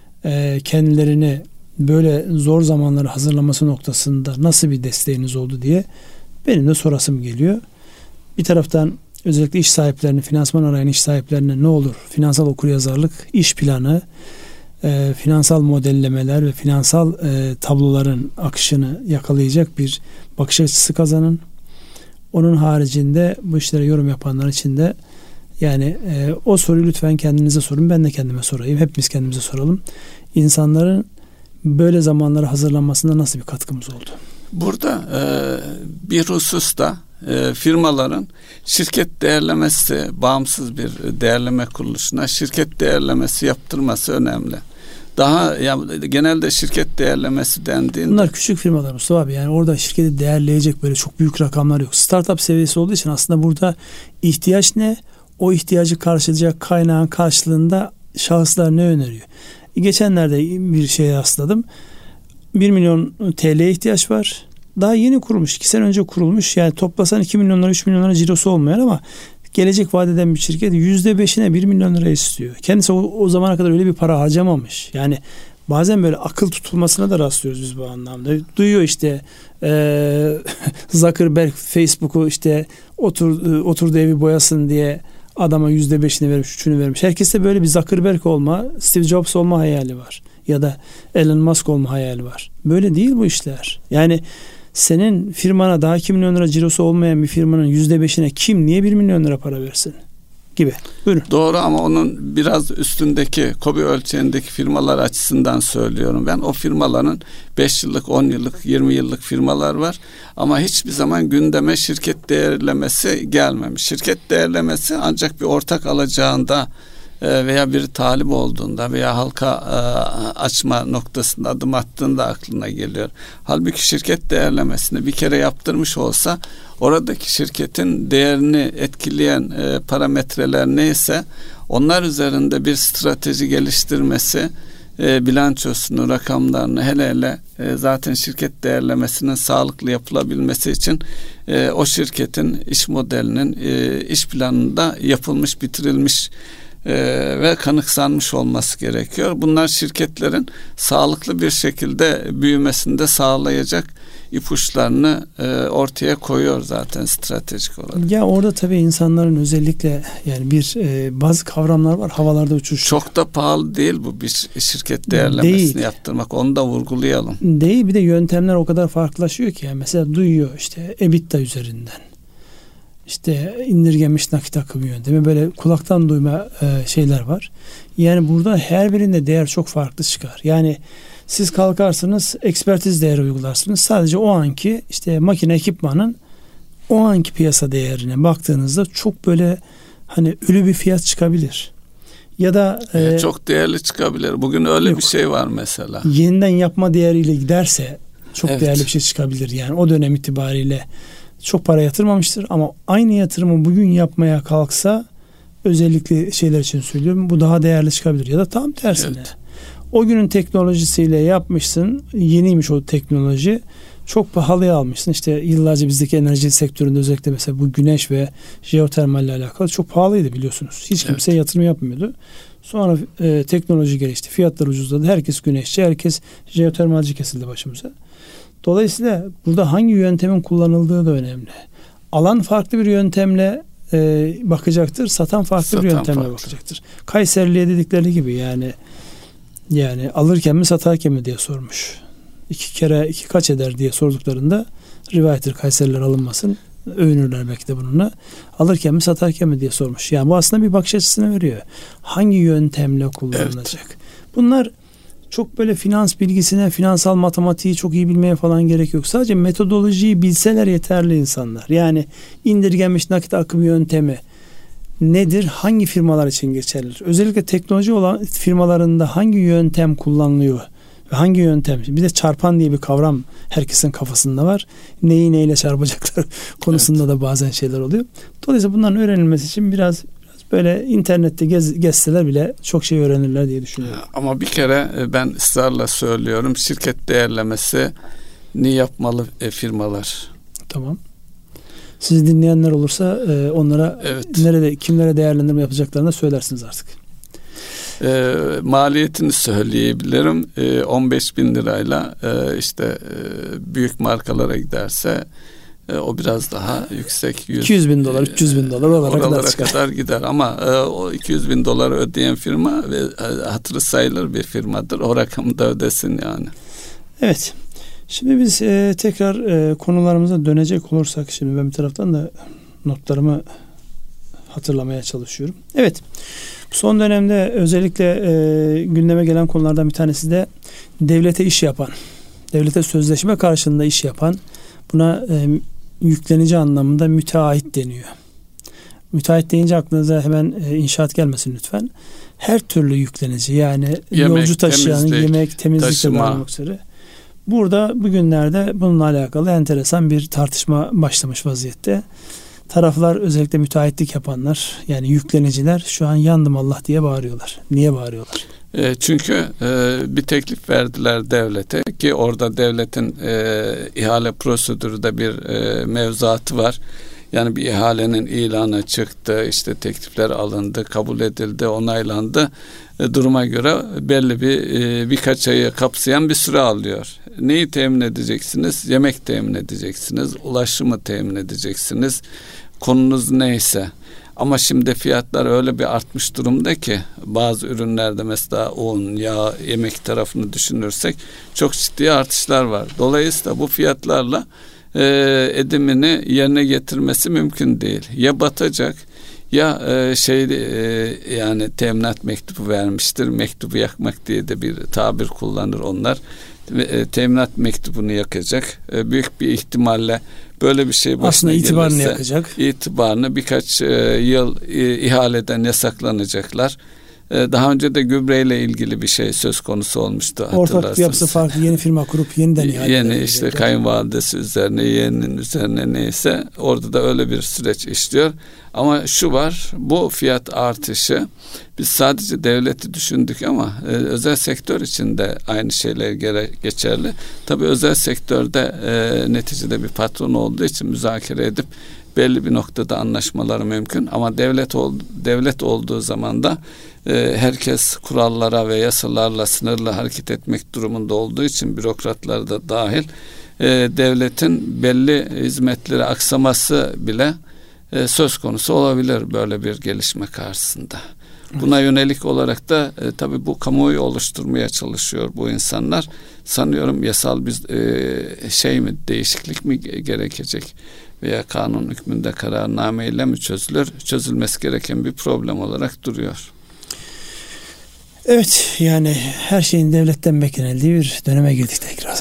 kendilerini böyle zor zamanlara hazırlaması noktasında nasıl bir desteğiniz oldu diye benim de sorasım geliyor. Bir taraftan özellikle iş sahiplerine, finansman arayan iş sahiplerine ne olur? Finansal okuryazarlık, iş planı, finansal modellemeler ve finansal tabloların akışını yakalayacak bir bakış açısı kazanın. Onun haricinde bu işlere yorum yapanlar için de yani o soruyu lütfen kendinize sorun. Ben de kendime sorayım. Hepimiz kendimize soralım. İnsanların böyle zamanlara hazırlanmasında nasıl bir katkımız oldu? Burada bir hususta firmaların şirket değerlemesi, bağımsız bir değerleme kuruluşuna şirket değerlemesi yaptırması önemli. Daha yani genelde şirket değerlemesi dendiğinde, bunlar küçük firmalar Mustafa abi, yani orada şirketi değerleyecek böyle çok büyük rakamlar yok. Startup seviyesi olduğu için aslında burada ihtiyaç ne? O ihtiyacı karşılayacak kaynağın karşılığında şahıslar ne öneriyor? Geçenlerde bir şeye rastladım. 1 milyon TL'ye ihtiyaç var. Daha yeni kurulmuş. 2 sene önce kurulmuş. Yani toplasan 2 milyon lira, 3 milyon lira cirosu olmayan ama gelecek vadeden bir şirket %5'ine 1 milyon lira istiyor. Kendisi o zamana kadar öyle bir para harcamamış. Yani bazen böyle akıl tutulmasına da rastlıyoruz biz bu anlamda. Duyuyor işte Zuckerberg Facebook'u işte oturduğu evi boyasın diye adama %5'ini vermiş, 3'ünü vermiş. Herkeste böyle bir Zuckerberg olma, Steve Jobs olma hayali var. Ya da Elon Musk olma hayali var. Böyle değil bu işler. Yani senin firmana daha 2 milyon lira cirosu olmayan bir firmanın %5'ine kim niye 1 milyon lira para versin gibi. Buyurun. Doğru, ama onun biraz üstündeki KOBİ ölçeğindeki firmalar açısından söylüyorum ben. O firmaların 5 yıllık, 10 yıllık, 20 yıllık firmalar var. Ama hiçbir zaman gündeme şirket değerlemesi gelmemiş. Şirket değerlemesi ancak bir ortak alacağında veya bir talip olduğunda veya halka açma noktasında adım attığında aklına geliyor. Halbuki şirket değerlemesini bir kere yaptırmış olsa oradaki şirketin değerini etkileyen parametreler neyse onlar üzerinde bir strateji geliştirmesi bilançosunu, rakamlarını, hele zaten şirket değerlemesinin sağlıklı yapılabilmesi için o şirketin iş modelinin, iş planında yapılmış, bitirilmiş ve kanıksanmış olması gerekiyor. Bunlar şirketlerin sağlıklı bir şekilde büyümesini de sağlayacak ipuçlarını ortaya koyuyor zaten stratejik olarak. Ya orada tabii insanların özellikle yani bazı kavramlar var, havalarda uçuş. Çok da pahalı değil bu bir şirket değerlemesini yaptırmak. Onu da vurgulayalım. Değil, bir de yöntemler o kadar farklılaşıyor ki. Yani mesela duyuyor işte EBITDA üzerinden. İşte indirgenmiş nakit akımı yöntemi, böyle kulaktan duyma şeyler var. Yani burada her birinde değer çok farklı çıkar. Yani siz kalkarsınız, ekspertiz değeri uygularsınız. Sadece o anki işte makine ekipmanın o anki piyasa değerine baktığınızda çok böyle hani ölü bir fiyat çıkabilir. Ya da çok değerli çıkabilir. Bugün öyle bir şey var mesela. Yeniden yapma değeriyle giderse çok değerli bir şey çıkabilir. Yani o dönem itibariyle çok para yatırmamıştır ama aynı yatırımı bugün yapmaya kalksa, özellikle şeyler için söylüyorum, bu daha değerli çıkabilir. Ya da tam tersine. Evet. O günün teknolojisiyle yapmışsın, yeniymiş o teknoloji, çok pahalıya almışsın. İşte yıllarca bizdeki enerji sektöründe özellikle mesela bu güneş ve jeotermalle alakalı çok pahalıydı biliyorsunuz. Hiç kimse yatırım yapmıyordu. Sonra teknoloji gelişti, fiyatlar ucuzladı. Herkes güneşçi, herkes jeotermalci kesildi başımıza. Dolayısıyla burada hangi yöntemin kullanıldığı da önemli. Alan farklı bir yöntemle bakacaktır, satan farklı bir yöntemle bakacaktır. Kayserili'ye dedikleri gibi yani alırken mi satarken mi diye sormuş. 2 kere 2 kaç eder diye sorduklarında, rivayettir, Kayseriler alınmasın, övünürler belki de bununla. Alırken mi satarken mi diye sormuş. Yani bu aslında bir bakış açısını veriyor. Hangi yöntemle kullanılacak? Evet. Bunlar çok böyle finans bilgisine, finansal matematiği çok iyi bilmeye falan gerek yok. Sadece metodolojiyi bilseler yeterli insanlar. Yani indirgenmiş nakit akım yöntemi nedir? Hangi firmalar için geçerlidir? Özellikle teknoloji olan firmalarında hangi yöntem kullanılıyor? Ve hangi yöntem? Bir de çarpan diye bir kavram herkesin kafasında var. Neyi neyle çarpacaklar konusunda da bazen şeyler oluyor. Dolayısıyla bunların öğrenilmesi için biraz böyle internette gezseler bile çok şey öğrenirler diye düşünüyorum. Ama bir kere ben ısrarla söylüyorum, şirket değerlemesini yapmalı firmalar. Tamam. Sizi dinleyenler olursa onlara kimlere değerlendirme yapacaklarını söylersiniz artık. Maliyetini söyleyebilirim. 15.000 lirayla büyük markalara giderse o biraz daha yüksek. 200.000 dolar, 300.000 dolar oralara kadar gider. Ama o 200.000 dolar ödeyen firma ve hatırı sayılır bir firmadır. O rakamı da ödesin yani. Evet. Şimdi biz tekrar konularımıza dönecek olursak, şimdi ben bir taraftan da notlarımı hatırlamaya çalışıyorum. Evet. Son dönemde özellikle gündeme gelen konulardan bir tanesi de devlete iş yapan, devlete sözleşme karşılığında iş yapan, buna yüklenici anlamında müteahhit deniyor. Müteahhit deyince aklınıza hemen inşaat gelmesin lütfen. Her türlü yüklenici, yani yolcu taşıyan, yemek, temizlikle bağlamak üzere. Burada bugünlerde bununla alakalı enteresan bir tartışma başlamış vaziyette. Taraflar, özellikle müteahhitlik yapanlar, yani yükleniciler şu an yandım Allah diye bağırıyorlar. Niye bağırıyorlar? Çünkü bir teklif verdiler devlete ki orada devletin ihale prosedürü de bir mevzuatı var. Yani bir ihalenin ilanı çıktı, işte teklifler alındı, kabul edildi, onaylandı. Duruma göre belli birkaç ayı kapsayan bir süre alıyor. Neyi temin edeceksiniz? Yemek temin edeceksiniz, ulaşımı temin edeceksiniz. Konunuz neyse. Ama şimdi fiyatlar öyle bir artmış durumda ki bazı ürünlerde, mesela un, yağ, yemek tarafını düşünürsek çok ciddi artışlar var. Dolayısıyla bu fiyatlarla edimini yerine getirmesi mümkün değil. Ya batacak ya yani teminat mektubu vermiştir. Mektubu yakmak diye de bir tabir kullanır onlar. Teminat mektubunu yakacak. Büyük bir ihtimalle böyle bir şey başına aslında itibarını gelirse, yakacak. İtibarını birkaç yıl ihaleden yasaklanacaklar. Daha önce de gübreyle ilgili bir şey söz konusu olmuştu, hatırlarsınız. Ortak yapısı farklı, yeni firma kurup yeniden ihale yeni işte kayınvalidesi üzerine, yeğeninin üzerine neyse, orada da öyle bir süreç işliyor. Ama şu var, bu fiyat artışı, biz sadece devleti düşündük ama özel sektör için de aynı şeyler geçerli. Tabii özel sektörde neticede bir patron olduğu için müzakere edip belli bir noktada anlaşmaları mümkün, ama devlet olduğu zaman da herkes kurallara ve yasalarla sınırlı hareket etmek durumunda olduğu için, bürokratlar da dahil, devletin belli hizmetleri aksaması bile söz konusu olabilir böyle bir gelişme karşısında. Buna yönelik olarak da tabii bu kamuoyu oluşturmaya çalışıyor bu insanlar. Sanıyorum yasal bir değişiklik mi gerekecek veya kanun hükmünde kararnameyle mi çözülür? Çözülmesi gereken bir problem olarak duruyor. Evet, yani her şeyin devletten beklenildiği bir döneme girdik tekrar.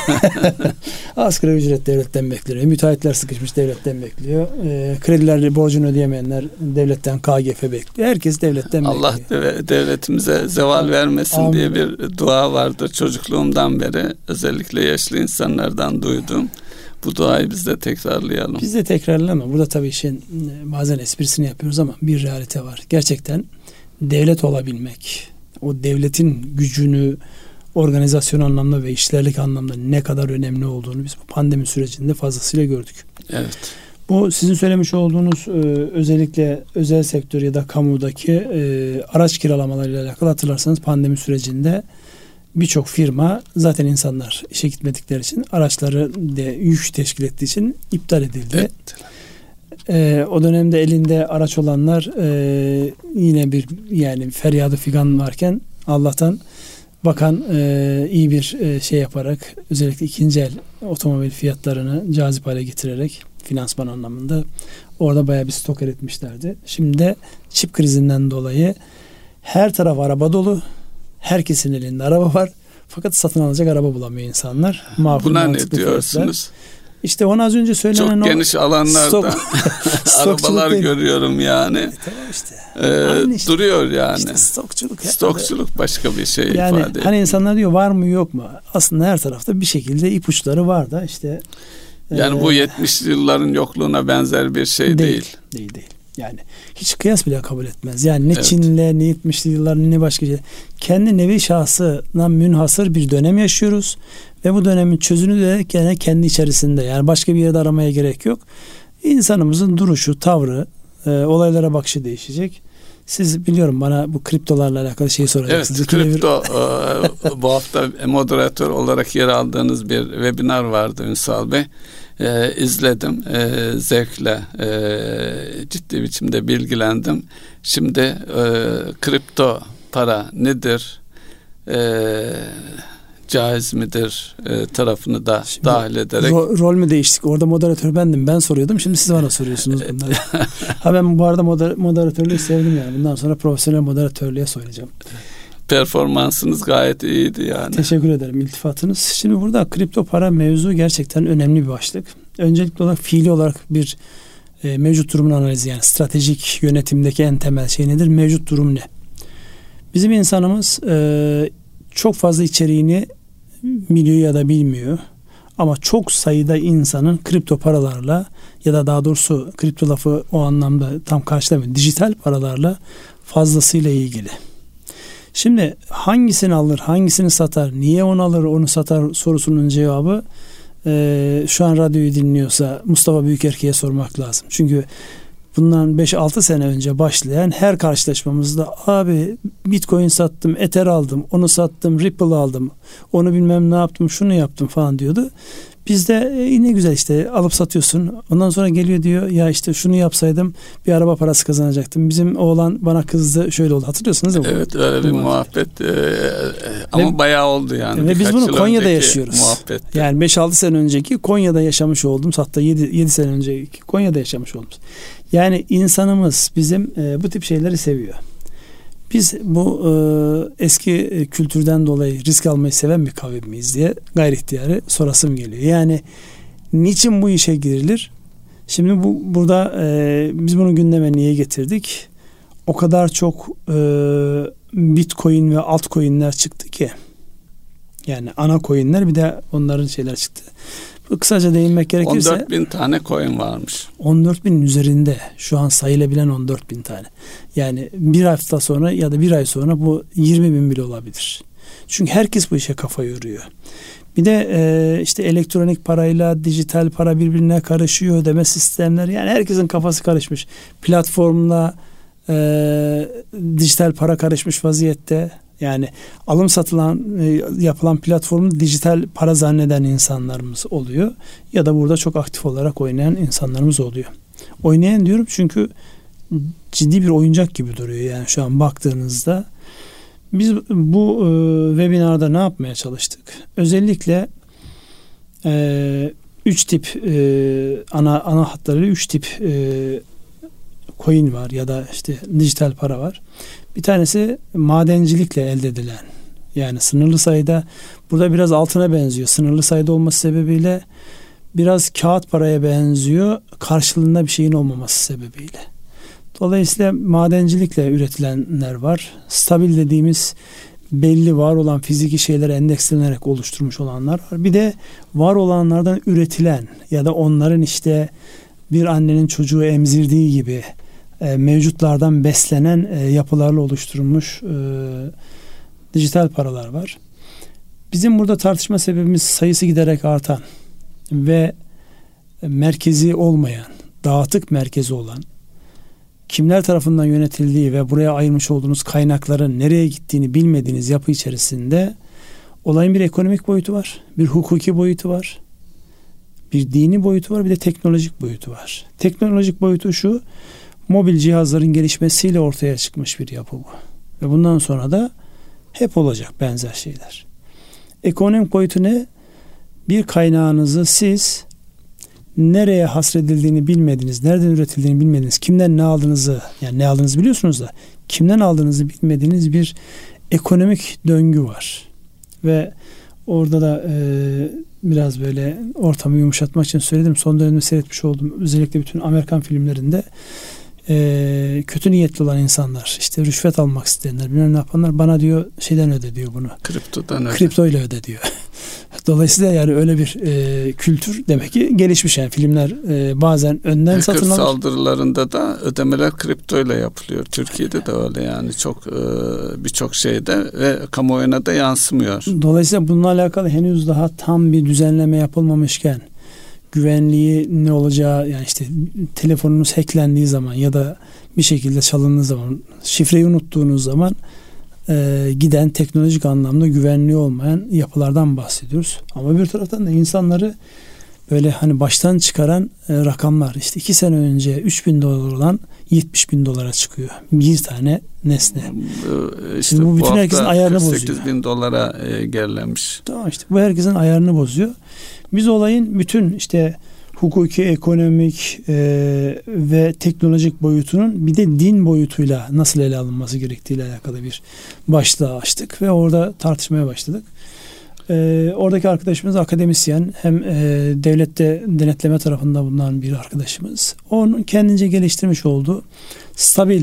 Asgari ücret devletten bekliyor. Müteahhitler sıkışmış, devletten bekliyor. Krediler, borcunu ödeyemeyenler devletten KGF bekliyor. Herkes devletten bekliyor. Allah devletimize zeval vermesin Amin. Diye bir dua vardır. Çocukluğumdan beri özellikle yaşlı insanlardan duydum. Bu duayı biz de tekrarlayalım. Biz de tekrarlayalım ama burada tabii işin bazen esprisini yapıyoruz ama bir realite var. Gerçekten devlet olabilmek, o devletin gücünü organizasyon anlamda ve işlerlik anlamda ne kadar önemli olduğunu biz bu pandemi sürecinde fazlasıyla gördük. Evet. Bu sizin söylemiş olduğunuz özellikle özel sektör ya da kamudaki araç kiralamalarıyla alakalı, hatırlarsanız pandemi sürecinde birçok firma zaten insanlar işe gitmedikleri için araçları de yük teşkil ettiği için iptal edildi. Evet. O dönemde elinde araç olanlar yine bir yani feryadı figan varken Allah'tan bakan iyi bir şey yaparak, özellikle ikinci el otomobil fiyatlarını cazip hale getirerek finansman anlamında orada bayağı bir stok üretmişlerdi. Şimdi de çip krizinden dolayı her taraf araba dolu. Herkesin elinde araba var. Fakat satın alacak araba bulamıyor insanlar. Buna ne diyorsunuz? İşte onu az önce söylenen çok geniş alanlarda arabalar görüyorum yani. Tamam işte. Duruyor yani. İşte stokçuluk. Stokçuluk başka bir şey yani, ifade ediyor. Hani insanlar diyor var mı yok mu? Aslında her tarafta bir şekilde ipuçları var da işte. Yani bu 70'li yılların yokluğuna benzer bir şey değil. Değil. Yani hiç kıyas bile kabul etmez. Yani ne evet. Çin'le ne 70'li yıllar ne başka şey. Kendi nevi şahsına münhasır bir dönem yaşıyoruz. Ve bu dönemin çözümü de gene kendi içerisinde. Yani başka bir yerde aramaya gerek yok. İnsanımızın duruşu, tavrı, olaylara bakışı değişecek. Siz biliyorum bana bu kriptolarla alakalı şeyi soracaksınız. Evet, kripto bu hafta moderatör olarak yer aldığınız bir webinar vardı Ünsal Bey. İzledim. Zevkle ciddi biçimde bilgilendim. Şimdi kripto para nedir? Caiz midir tarafını da şimdi dahil ederek. Rol mü değiştik? Orada moderatör bendim. Ben soruyordum. Şimdi siz bana soruyorsunuz bunları. Ben bu arada moderatörlüğü sevdim yani. Bundan sonra profesyonel moderatörlüğe soyacağım. Performansınız gayet iyiydi yani. Teşekkür ederim iltifatınız. Şimdi burada kripto para mevzu gerçekten önemli bir başlık. Öncelikli olarak fiili olarak bir mevcut durumun analizi, yani stratejik yönetimdeki en temel şey nedir? Mevcut durum ne? Bizim insanımız çok fazla içeriğini biliyor ya da bilmiyor. Ama çok sayıda insanın kripto paralarla ya da daha doğrusu kripto lafı o anlamda tam karşılamıyor. Dijital paralarla fazlasıyla ilgili. Şimdi hangisini alır, hangisini satar, niye onu alır, onu satar sorusunun cevabı şu an radyoyu dinliyorsa Mustafa Büyükerke'ye sormak lazım. Çünkü bundan 5-6 sene önce başlayan her karşılaşmamızda abi Bitcoin sattım, Ether aldım, onu sattım, Ripple aldım, onu bilmem ne yaptım, şunu yaptım falan diyordu. Biz de ne güzel işte alıp satıyorsun. Ondan sonra geliyor diyor ya işte şunu yapsaydım bir araba parası kazanacaktım. Bizim oğlan bana kızdı, şöyle oldu. Hatırlıyorsunuz değil mi? Evet, öyle bir muhabbet ama bayağı oldu yani. Ve biz bunu Konya'da yaşıyoruz. Muhabbetti. Yani 5-6 sene önceki Konya'da yaşamış oldum. Hatta 7 sene önceki Konya'da yaşamış oldum. Yani insanımız bizim bu tip şeyleri seviyor. Biz bu eski kültürden dolayı risk almayı seven bir kavim miyiz diye gayri ihtiyari sorasım geliyor. Yani niçin bu işe girilir? Şimdi burada biz bunu gündeme niye getirdik? O kadar çok Bitcoin ve altcoin'ler çıktı ki, yani ana coin'ler, bir de onların şeyler çıktı. Bu kısaca değinmek gerekirse 14.000 tane coin varmış. 14.000'in üzerinde şu an sayılabilen 14.000 tane. Yani bir hafta sonra ya da bir ay sonra bu 20.000 bile olabilir. Çünkü herkes bu işe kafa yoruyor. Bir de işte elektronik parayla dijital para birbirine karışıyor, ödeme sistemleri. Yani herkesin kafası karışmış. Platformla dijital para karışmış vaziyette. Yani alım satılan yapılan platformu dijital para zanneden insanlarımız oluyor. Ya da burada çok aktif olarak oynayan insanlarımız oluyor. Oynayan diyorum çünkü ciddi bir oyuncak gibi duruyor. Yani şu an baktığınızda biz bu webinarda ne yapmaya çalıştık? Özellikle 3 tip ana hatlarıyla 3 tip coin var ya da işte dijital para var. Bir tanesi madencilikle elde edilen, yani sınırlı sayıda, burada biraz altına benziyor. Sınırlı sayıda olması sebebiyle biraz kağıt paraya benziyor, karşılığında bir şeyin olmaması sebebiyle. Dolayısıyla madencilikle üretilenler var. Stabil dediğimiz belli var olan fiziki şeylere endekslenerek oluşturmuş olanlar var. Bir de var olanlardan üretilen ya da onların işte bir annenin çocuğu emzirdiği gibi mevcutlardan beslenen yapılarla oluşturulmuş dijital paralar var. Bizim burada tartışma sebebimiz sayısı giderek artan ve merkezi olmayan, dağıtık merkezi olan, kimler tarafından yönetildiği ve buraya ayırmış olduğunuz kaynakların nereye gittiğini bilmediğiniz yapı içerisinde olayın bir ekonomik boyutu var, bir hukuki boyutu var, bir dini boyutu var, bir de teknolojik boyutu var. Teknolojik boyutu şu: mobil cihazların gelişmesiyle ortaya çıkmış bir yapı bu. Ve bundan sonra da hep olacak benzer şeyler. Ekonomik boyutu ne? Bir kaynağınızı siz nereye hasredildiğini bilmediğiniz, nereden üretildiğini bilmediğiniz, kimden ne aldığınızı, yani ne aldığınızı biliyorsunuz da kimden aldığınızı bilmediğiniz bir ekonomik döngü var. Ve orada da biraz böyle ortamı yumuşatmak için söyledim. Son dönemde seyretmiş oldum. Özellikle bütün Amerikan filmlerinde kötü niyetli olan insanlar, işte rüşvet almak isteyenler, bilmem ne yapanlar, bana diyor şeyden öde diyor bunu. Kriptoyla öde diyor. Dolayısıyla yani öyle bir kültür demek ki gelişmiş. Yani filmler bazen önden satın alır. Saldırılarında da ödemeler kriptoyla yapılıyor. Türkiye'de de öyle yani, çok birçok şeyde ve kamuoyuna da yansımıyor. Dolayısıyla bununla alakalı henüz daha tam bir düzenleme yapılmamışken, güvenliği ne olacağı, yani işte telefonunuz hacklendiği zaman ya da bir şekilde çalındığı zaman, şifreyi unuttuğunuz zaman giden teknolojik anlamda güvenliği olmayan yapılardan bahsediyoruz. Ama bir taraftan da insanları böyle hani baştan çıkaran rakamlar, işte 2 sene önce 3.000 dolar olan 70.000 dolara çıkıyor. Bir tane nesne. İşte bu bütün herkesin ayarını bozuyor. 48.000 dolara gerilemiş. Tamam, işte bu herkesin ayarını bozuyor. Biz olayın bütün işte hukuki, ekonomik ve teknolojik boyutunun bir de din boyutuyla nasıl ele alınması gerektiğiyle alakalı bir başlığı açtık ve orada tartışmaya başladık. Oradaki arkadaşımız akademisyen, hem devlette denetleme tarafında bulunan bir arkadaşımız. Onun kendince geliştirmiş olduğu stabil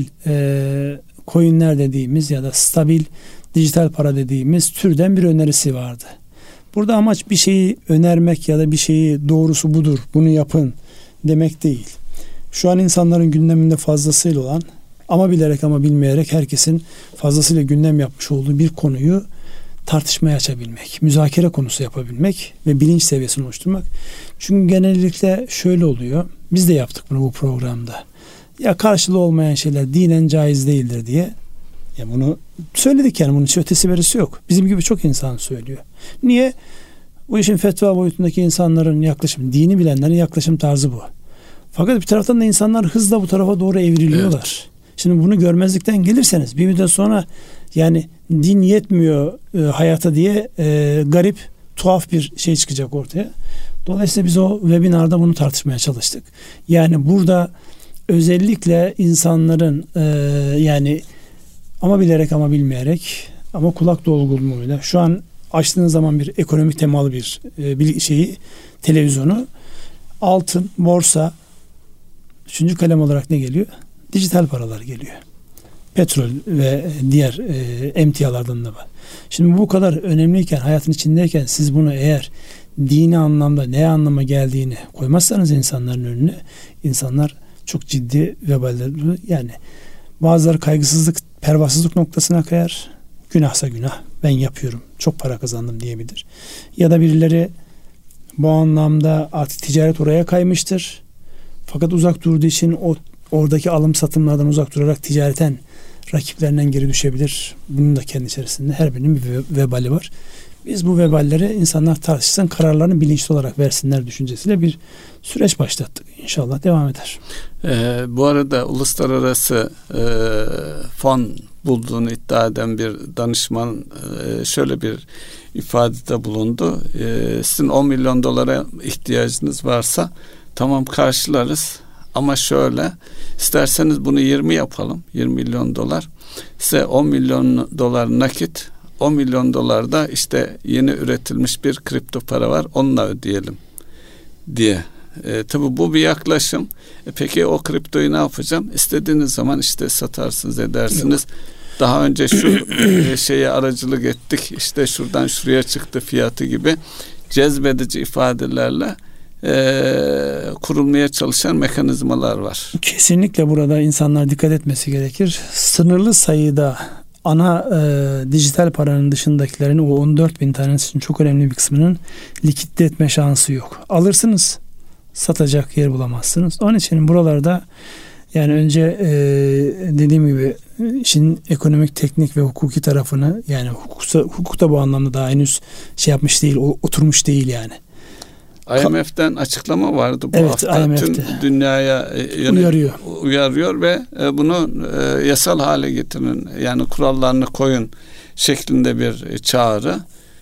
coinler dediğimiz ya da stabil dijital para dediğimiz türden bir önerisi vardı. Burada amaç bir şeyi önermek ya da bir şeyi doğrusu budur, bunu yapın demek değil. Şu an insanların gündeminde fazlasıyla olan, ama bilerek ama bilmeyerek herkesin fazlasıyla gündem yapmış olduğu bir konuyu tartışmaya açabilmek, müzakere konusu yapabilmek ve bilinç seviyesini oluşturmak. Çünkü genellikle şöyle oluyor. Biz de yaptık bunu bu programda. Ya karşılığı olmayan şeyler dinen caiz değildir diye. Ya bunu söyledik, yani bunun için ötesi berisi yok. Bizim gibi çok insan söylüyor. Niye? Bu işin fetva boyutundaki insanların yaklaşım, dini bilenlerin yaklaşım tarzı bu. Fakat bir taraftan da insanlar hızla bu tarafa doğru evriliyorlar. Evet. Şimdi bunu görmezlikten gelirseniz bir müddet sonra yani din yetmiyor hayata diye garip, tuhaf bir şey çıkacak ortaya. Dolayısıyla biz o webinarda bunu tartışmaya çalıştık. Yani burada özellikle insanların yani ama bilerek ama bilmeyerek ama kulak dolgunluğuyla, şu an açtığınız zaman bir ekonomik temalı bir şeyi, televizyonu, altın, borsa, 3. kalem olarak ne geliyor? Dijital paralar geliyor. petrol ve diğer emtialardan da var. Şimdi bu kadar önemliyken, hayatın içindeyken siz bunu eğer dini anlamda ne anlama geldiğini koymazsanız insanların önüne, insanlar çok ciddi veballer, yani bazıları kaygısızlık, pervasızlık noktasına kayar. Günahsa günah, ben yapıyorum, çok para kazandım diyebilir. Ya da birileri bu anlamda artık ticaret oraya kaymıştır. Fakat uzak durduğu için oradaki alım satımlardan uzak durarak ticareten rakiplerinden geri düşebilir. Bunun da kendi içerisinde her birinin bir vebali var. Biz bu veballeri insanlar tartışsın, kararlarını bilinçli olarak versinler düşüncesiyle bir süreç başlattık. İnşallah devam eder. Bu arada uluslararası fon bulduğunu iddia eden bir danışman şöyle bir ifadede bulundu. Sizin 10 milyon dolara ihtiyacınız varsa tamam, karşılarız. Ama şöyle, isterseniz bunu 20 yapalım. 20 milyon dolar. Size 10 milyon dolar nakit, 10 milyon dolar da işte yeni üretilmiş bir kripto para var, onunla ödeyelim diye. Tabii bu bir yaklaşım. Peki o kriptoyu ne yapacağım? İstediğiniz zaman işte satarsınız, edersiniz. Yok. Daha önce şu şeye aracılık ettik, işte şuradan şuraya çıktı fiyatı gibi cezbedici ifadelerle kurulmaya çalışan mekanizmalar var. Kesinlikle burada insanlar dikkat etmesi gerekir. Sınırlı sayıda ana dijital paranın dışındakilerin, o 14 bin tanesinin çok önemli bir kısmının likit etme şansı yok. Alırsınız, satacak yer bulamazsınız. Onun için buralarda yani önce dediğim gibi işin ekonomik, teknik ve hukuki tarafını, yani hukuk da bu anlamda daha henüz şey yapmış değil, oturmuş değil yani. IMF'den açıklama vardı bu hafta. IMF'de. Tüm dünyaya uyarıyor ve bunu yasal hale getirin. Yani kurallarını koyun şeklinde bir çağrı.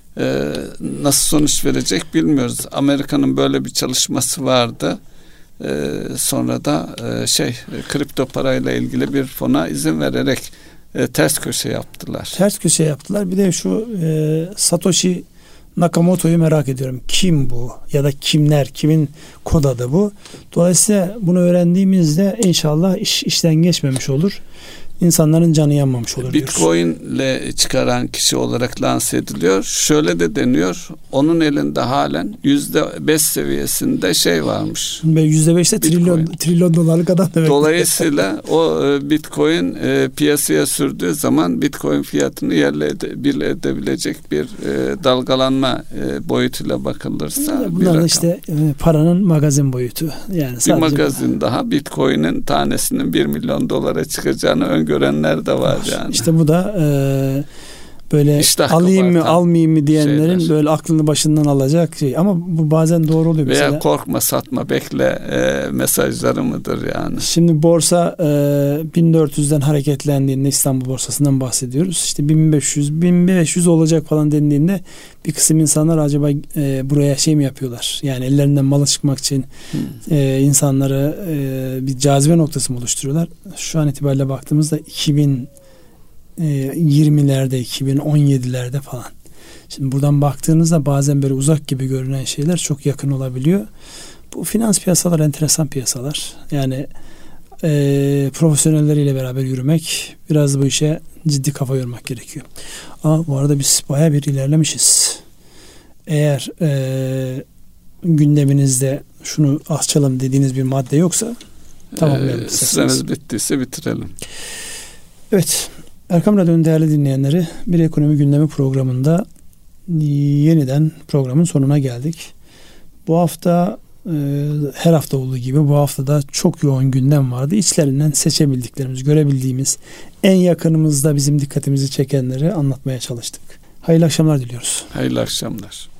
Nasıl sonuç verecek bilmiyoruz. Amerika'nın böyle bir çalışması vardı. Sonra da kripto parayla ilgili bir fona izin vererek ters köşe yaptılar. Ters köşe yaptılar. Bir de şu Satoshi Nakamoto'yu merak ediyorum. Kim bu? Ya da kimler? Kimin kod adı bu? Dolayısıyla bunu öğrendiğimizde inşallah işten geçmemiş olur. İnsanların canı yanmamış olur. Bitcoin'le çıkaran kişi olarak lanse ediliyor. Şöyle de deniyor. Onun elinde halen %5 seviyesinde şey varmış. %5'te trilyon dolarlık adam demek. Dolayısıyla o Bitcoin piyasaya sürdüğü zaman Bitcoin fiyatını yerle bir edebilecek bir dalgalanma boyutuyla bakılırsa bunlar işte paranın magazin boyutu. Yani bir magazin daha Bitcoin'in tanesinin 1 milyon dolara çıkacağını öngörenler de var yani. İşte bu da böyle alayım mı almayayım mı diyenlerin böyle aklını başından alacak şey. Ama bu bazen doğru oluyor. Veya mesela korkma, satma, bekle mesajları mıdır yani? Şimdi borsa 1400'den hareketlendiğinde, İstanbul borsasından bahsediyoruz. İşte 1500 olacak falan dendiğinde bir kısım insanlar acaba buraya şey mi yapıyorlar? Yani ellerinden malı çıkmak için insanları bir cazibe noktası mı oluşturuyorlar? Şu an itibariyle baktığımızda 2020'lerde, 2017'lerde falan. Şimdi buradan baktığınızda bazen böyle uzak gibi görünen şeyler çok yakın olabiliyor. Bu finans piyasalar enteresan piyasalar. Yani profesyonelleriyle beraber yürümek, biraz bu işe ciddi kafa yormak gerekiyor. Ama bu arada biz bayağı bir ilerlemişiz. Eğer gündeminizde şunu açalım dediğiniz bir madde yoksa tamamlayalım. Süremiz bittiyse bitirelim. Evet. Erkam Radyo'nun değerli dinleyenleri, bir ekonomi gündemi programında yeniden programın sonuna geldik. Bu hafta her hafta olduğu gibi bu hafta da çok yoğun gündem vardı. İçlerinden seçebildiklerimiz, görebildiğimiz, en yakınımızda bizim dikkatimizi çekenleri anlatmaya çalıştık. Hayırlı akşamlar diliyoruz. Hayırlı akşamlar.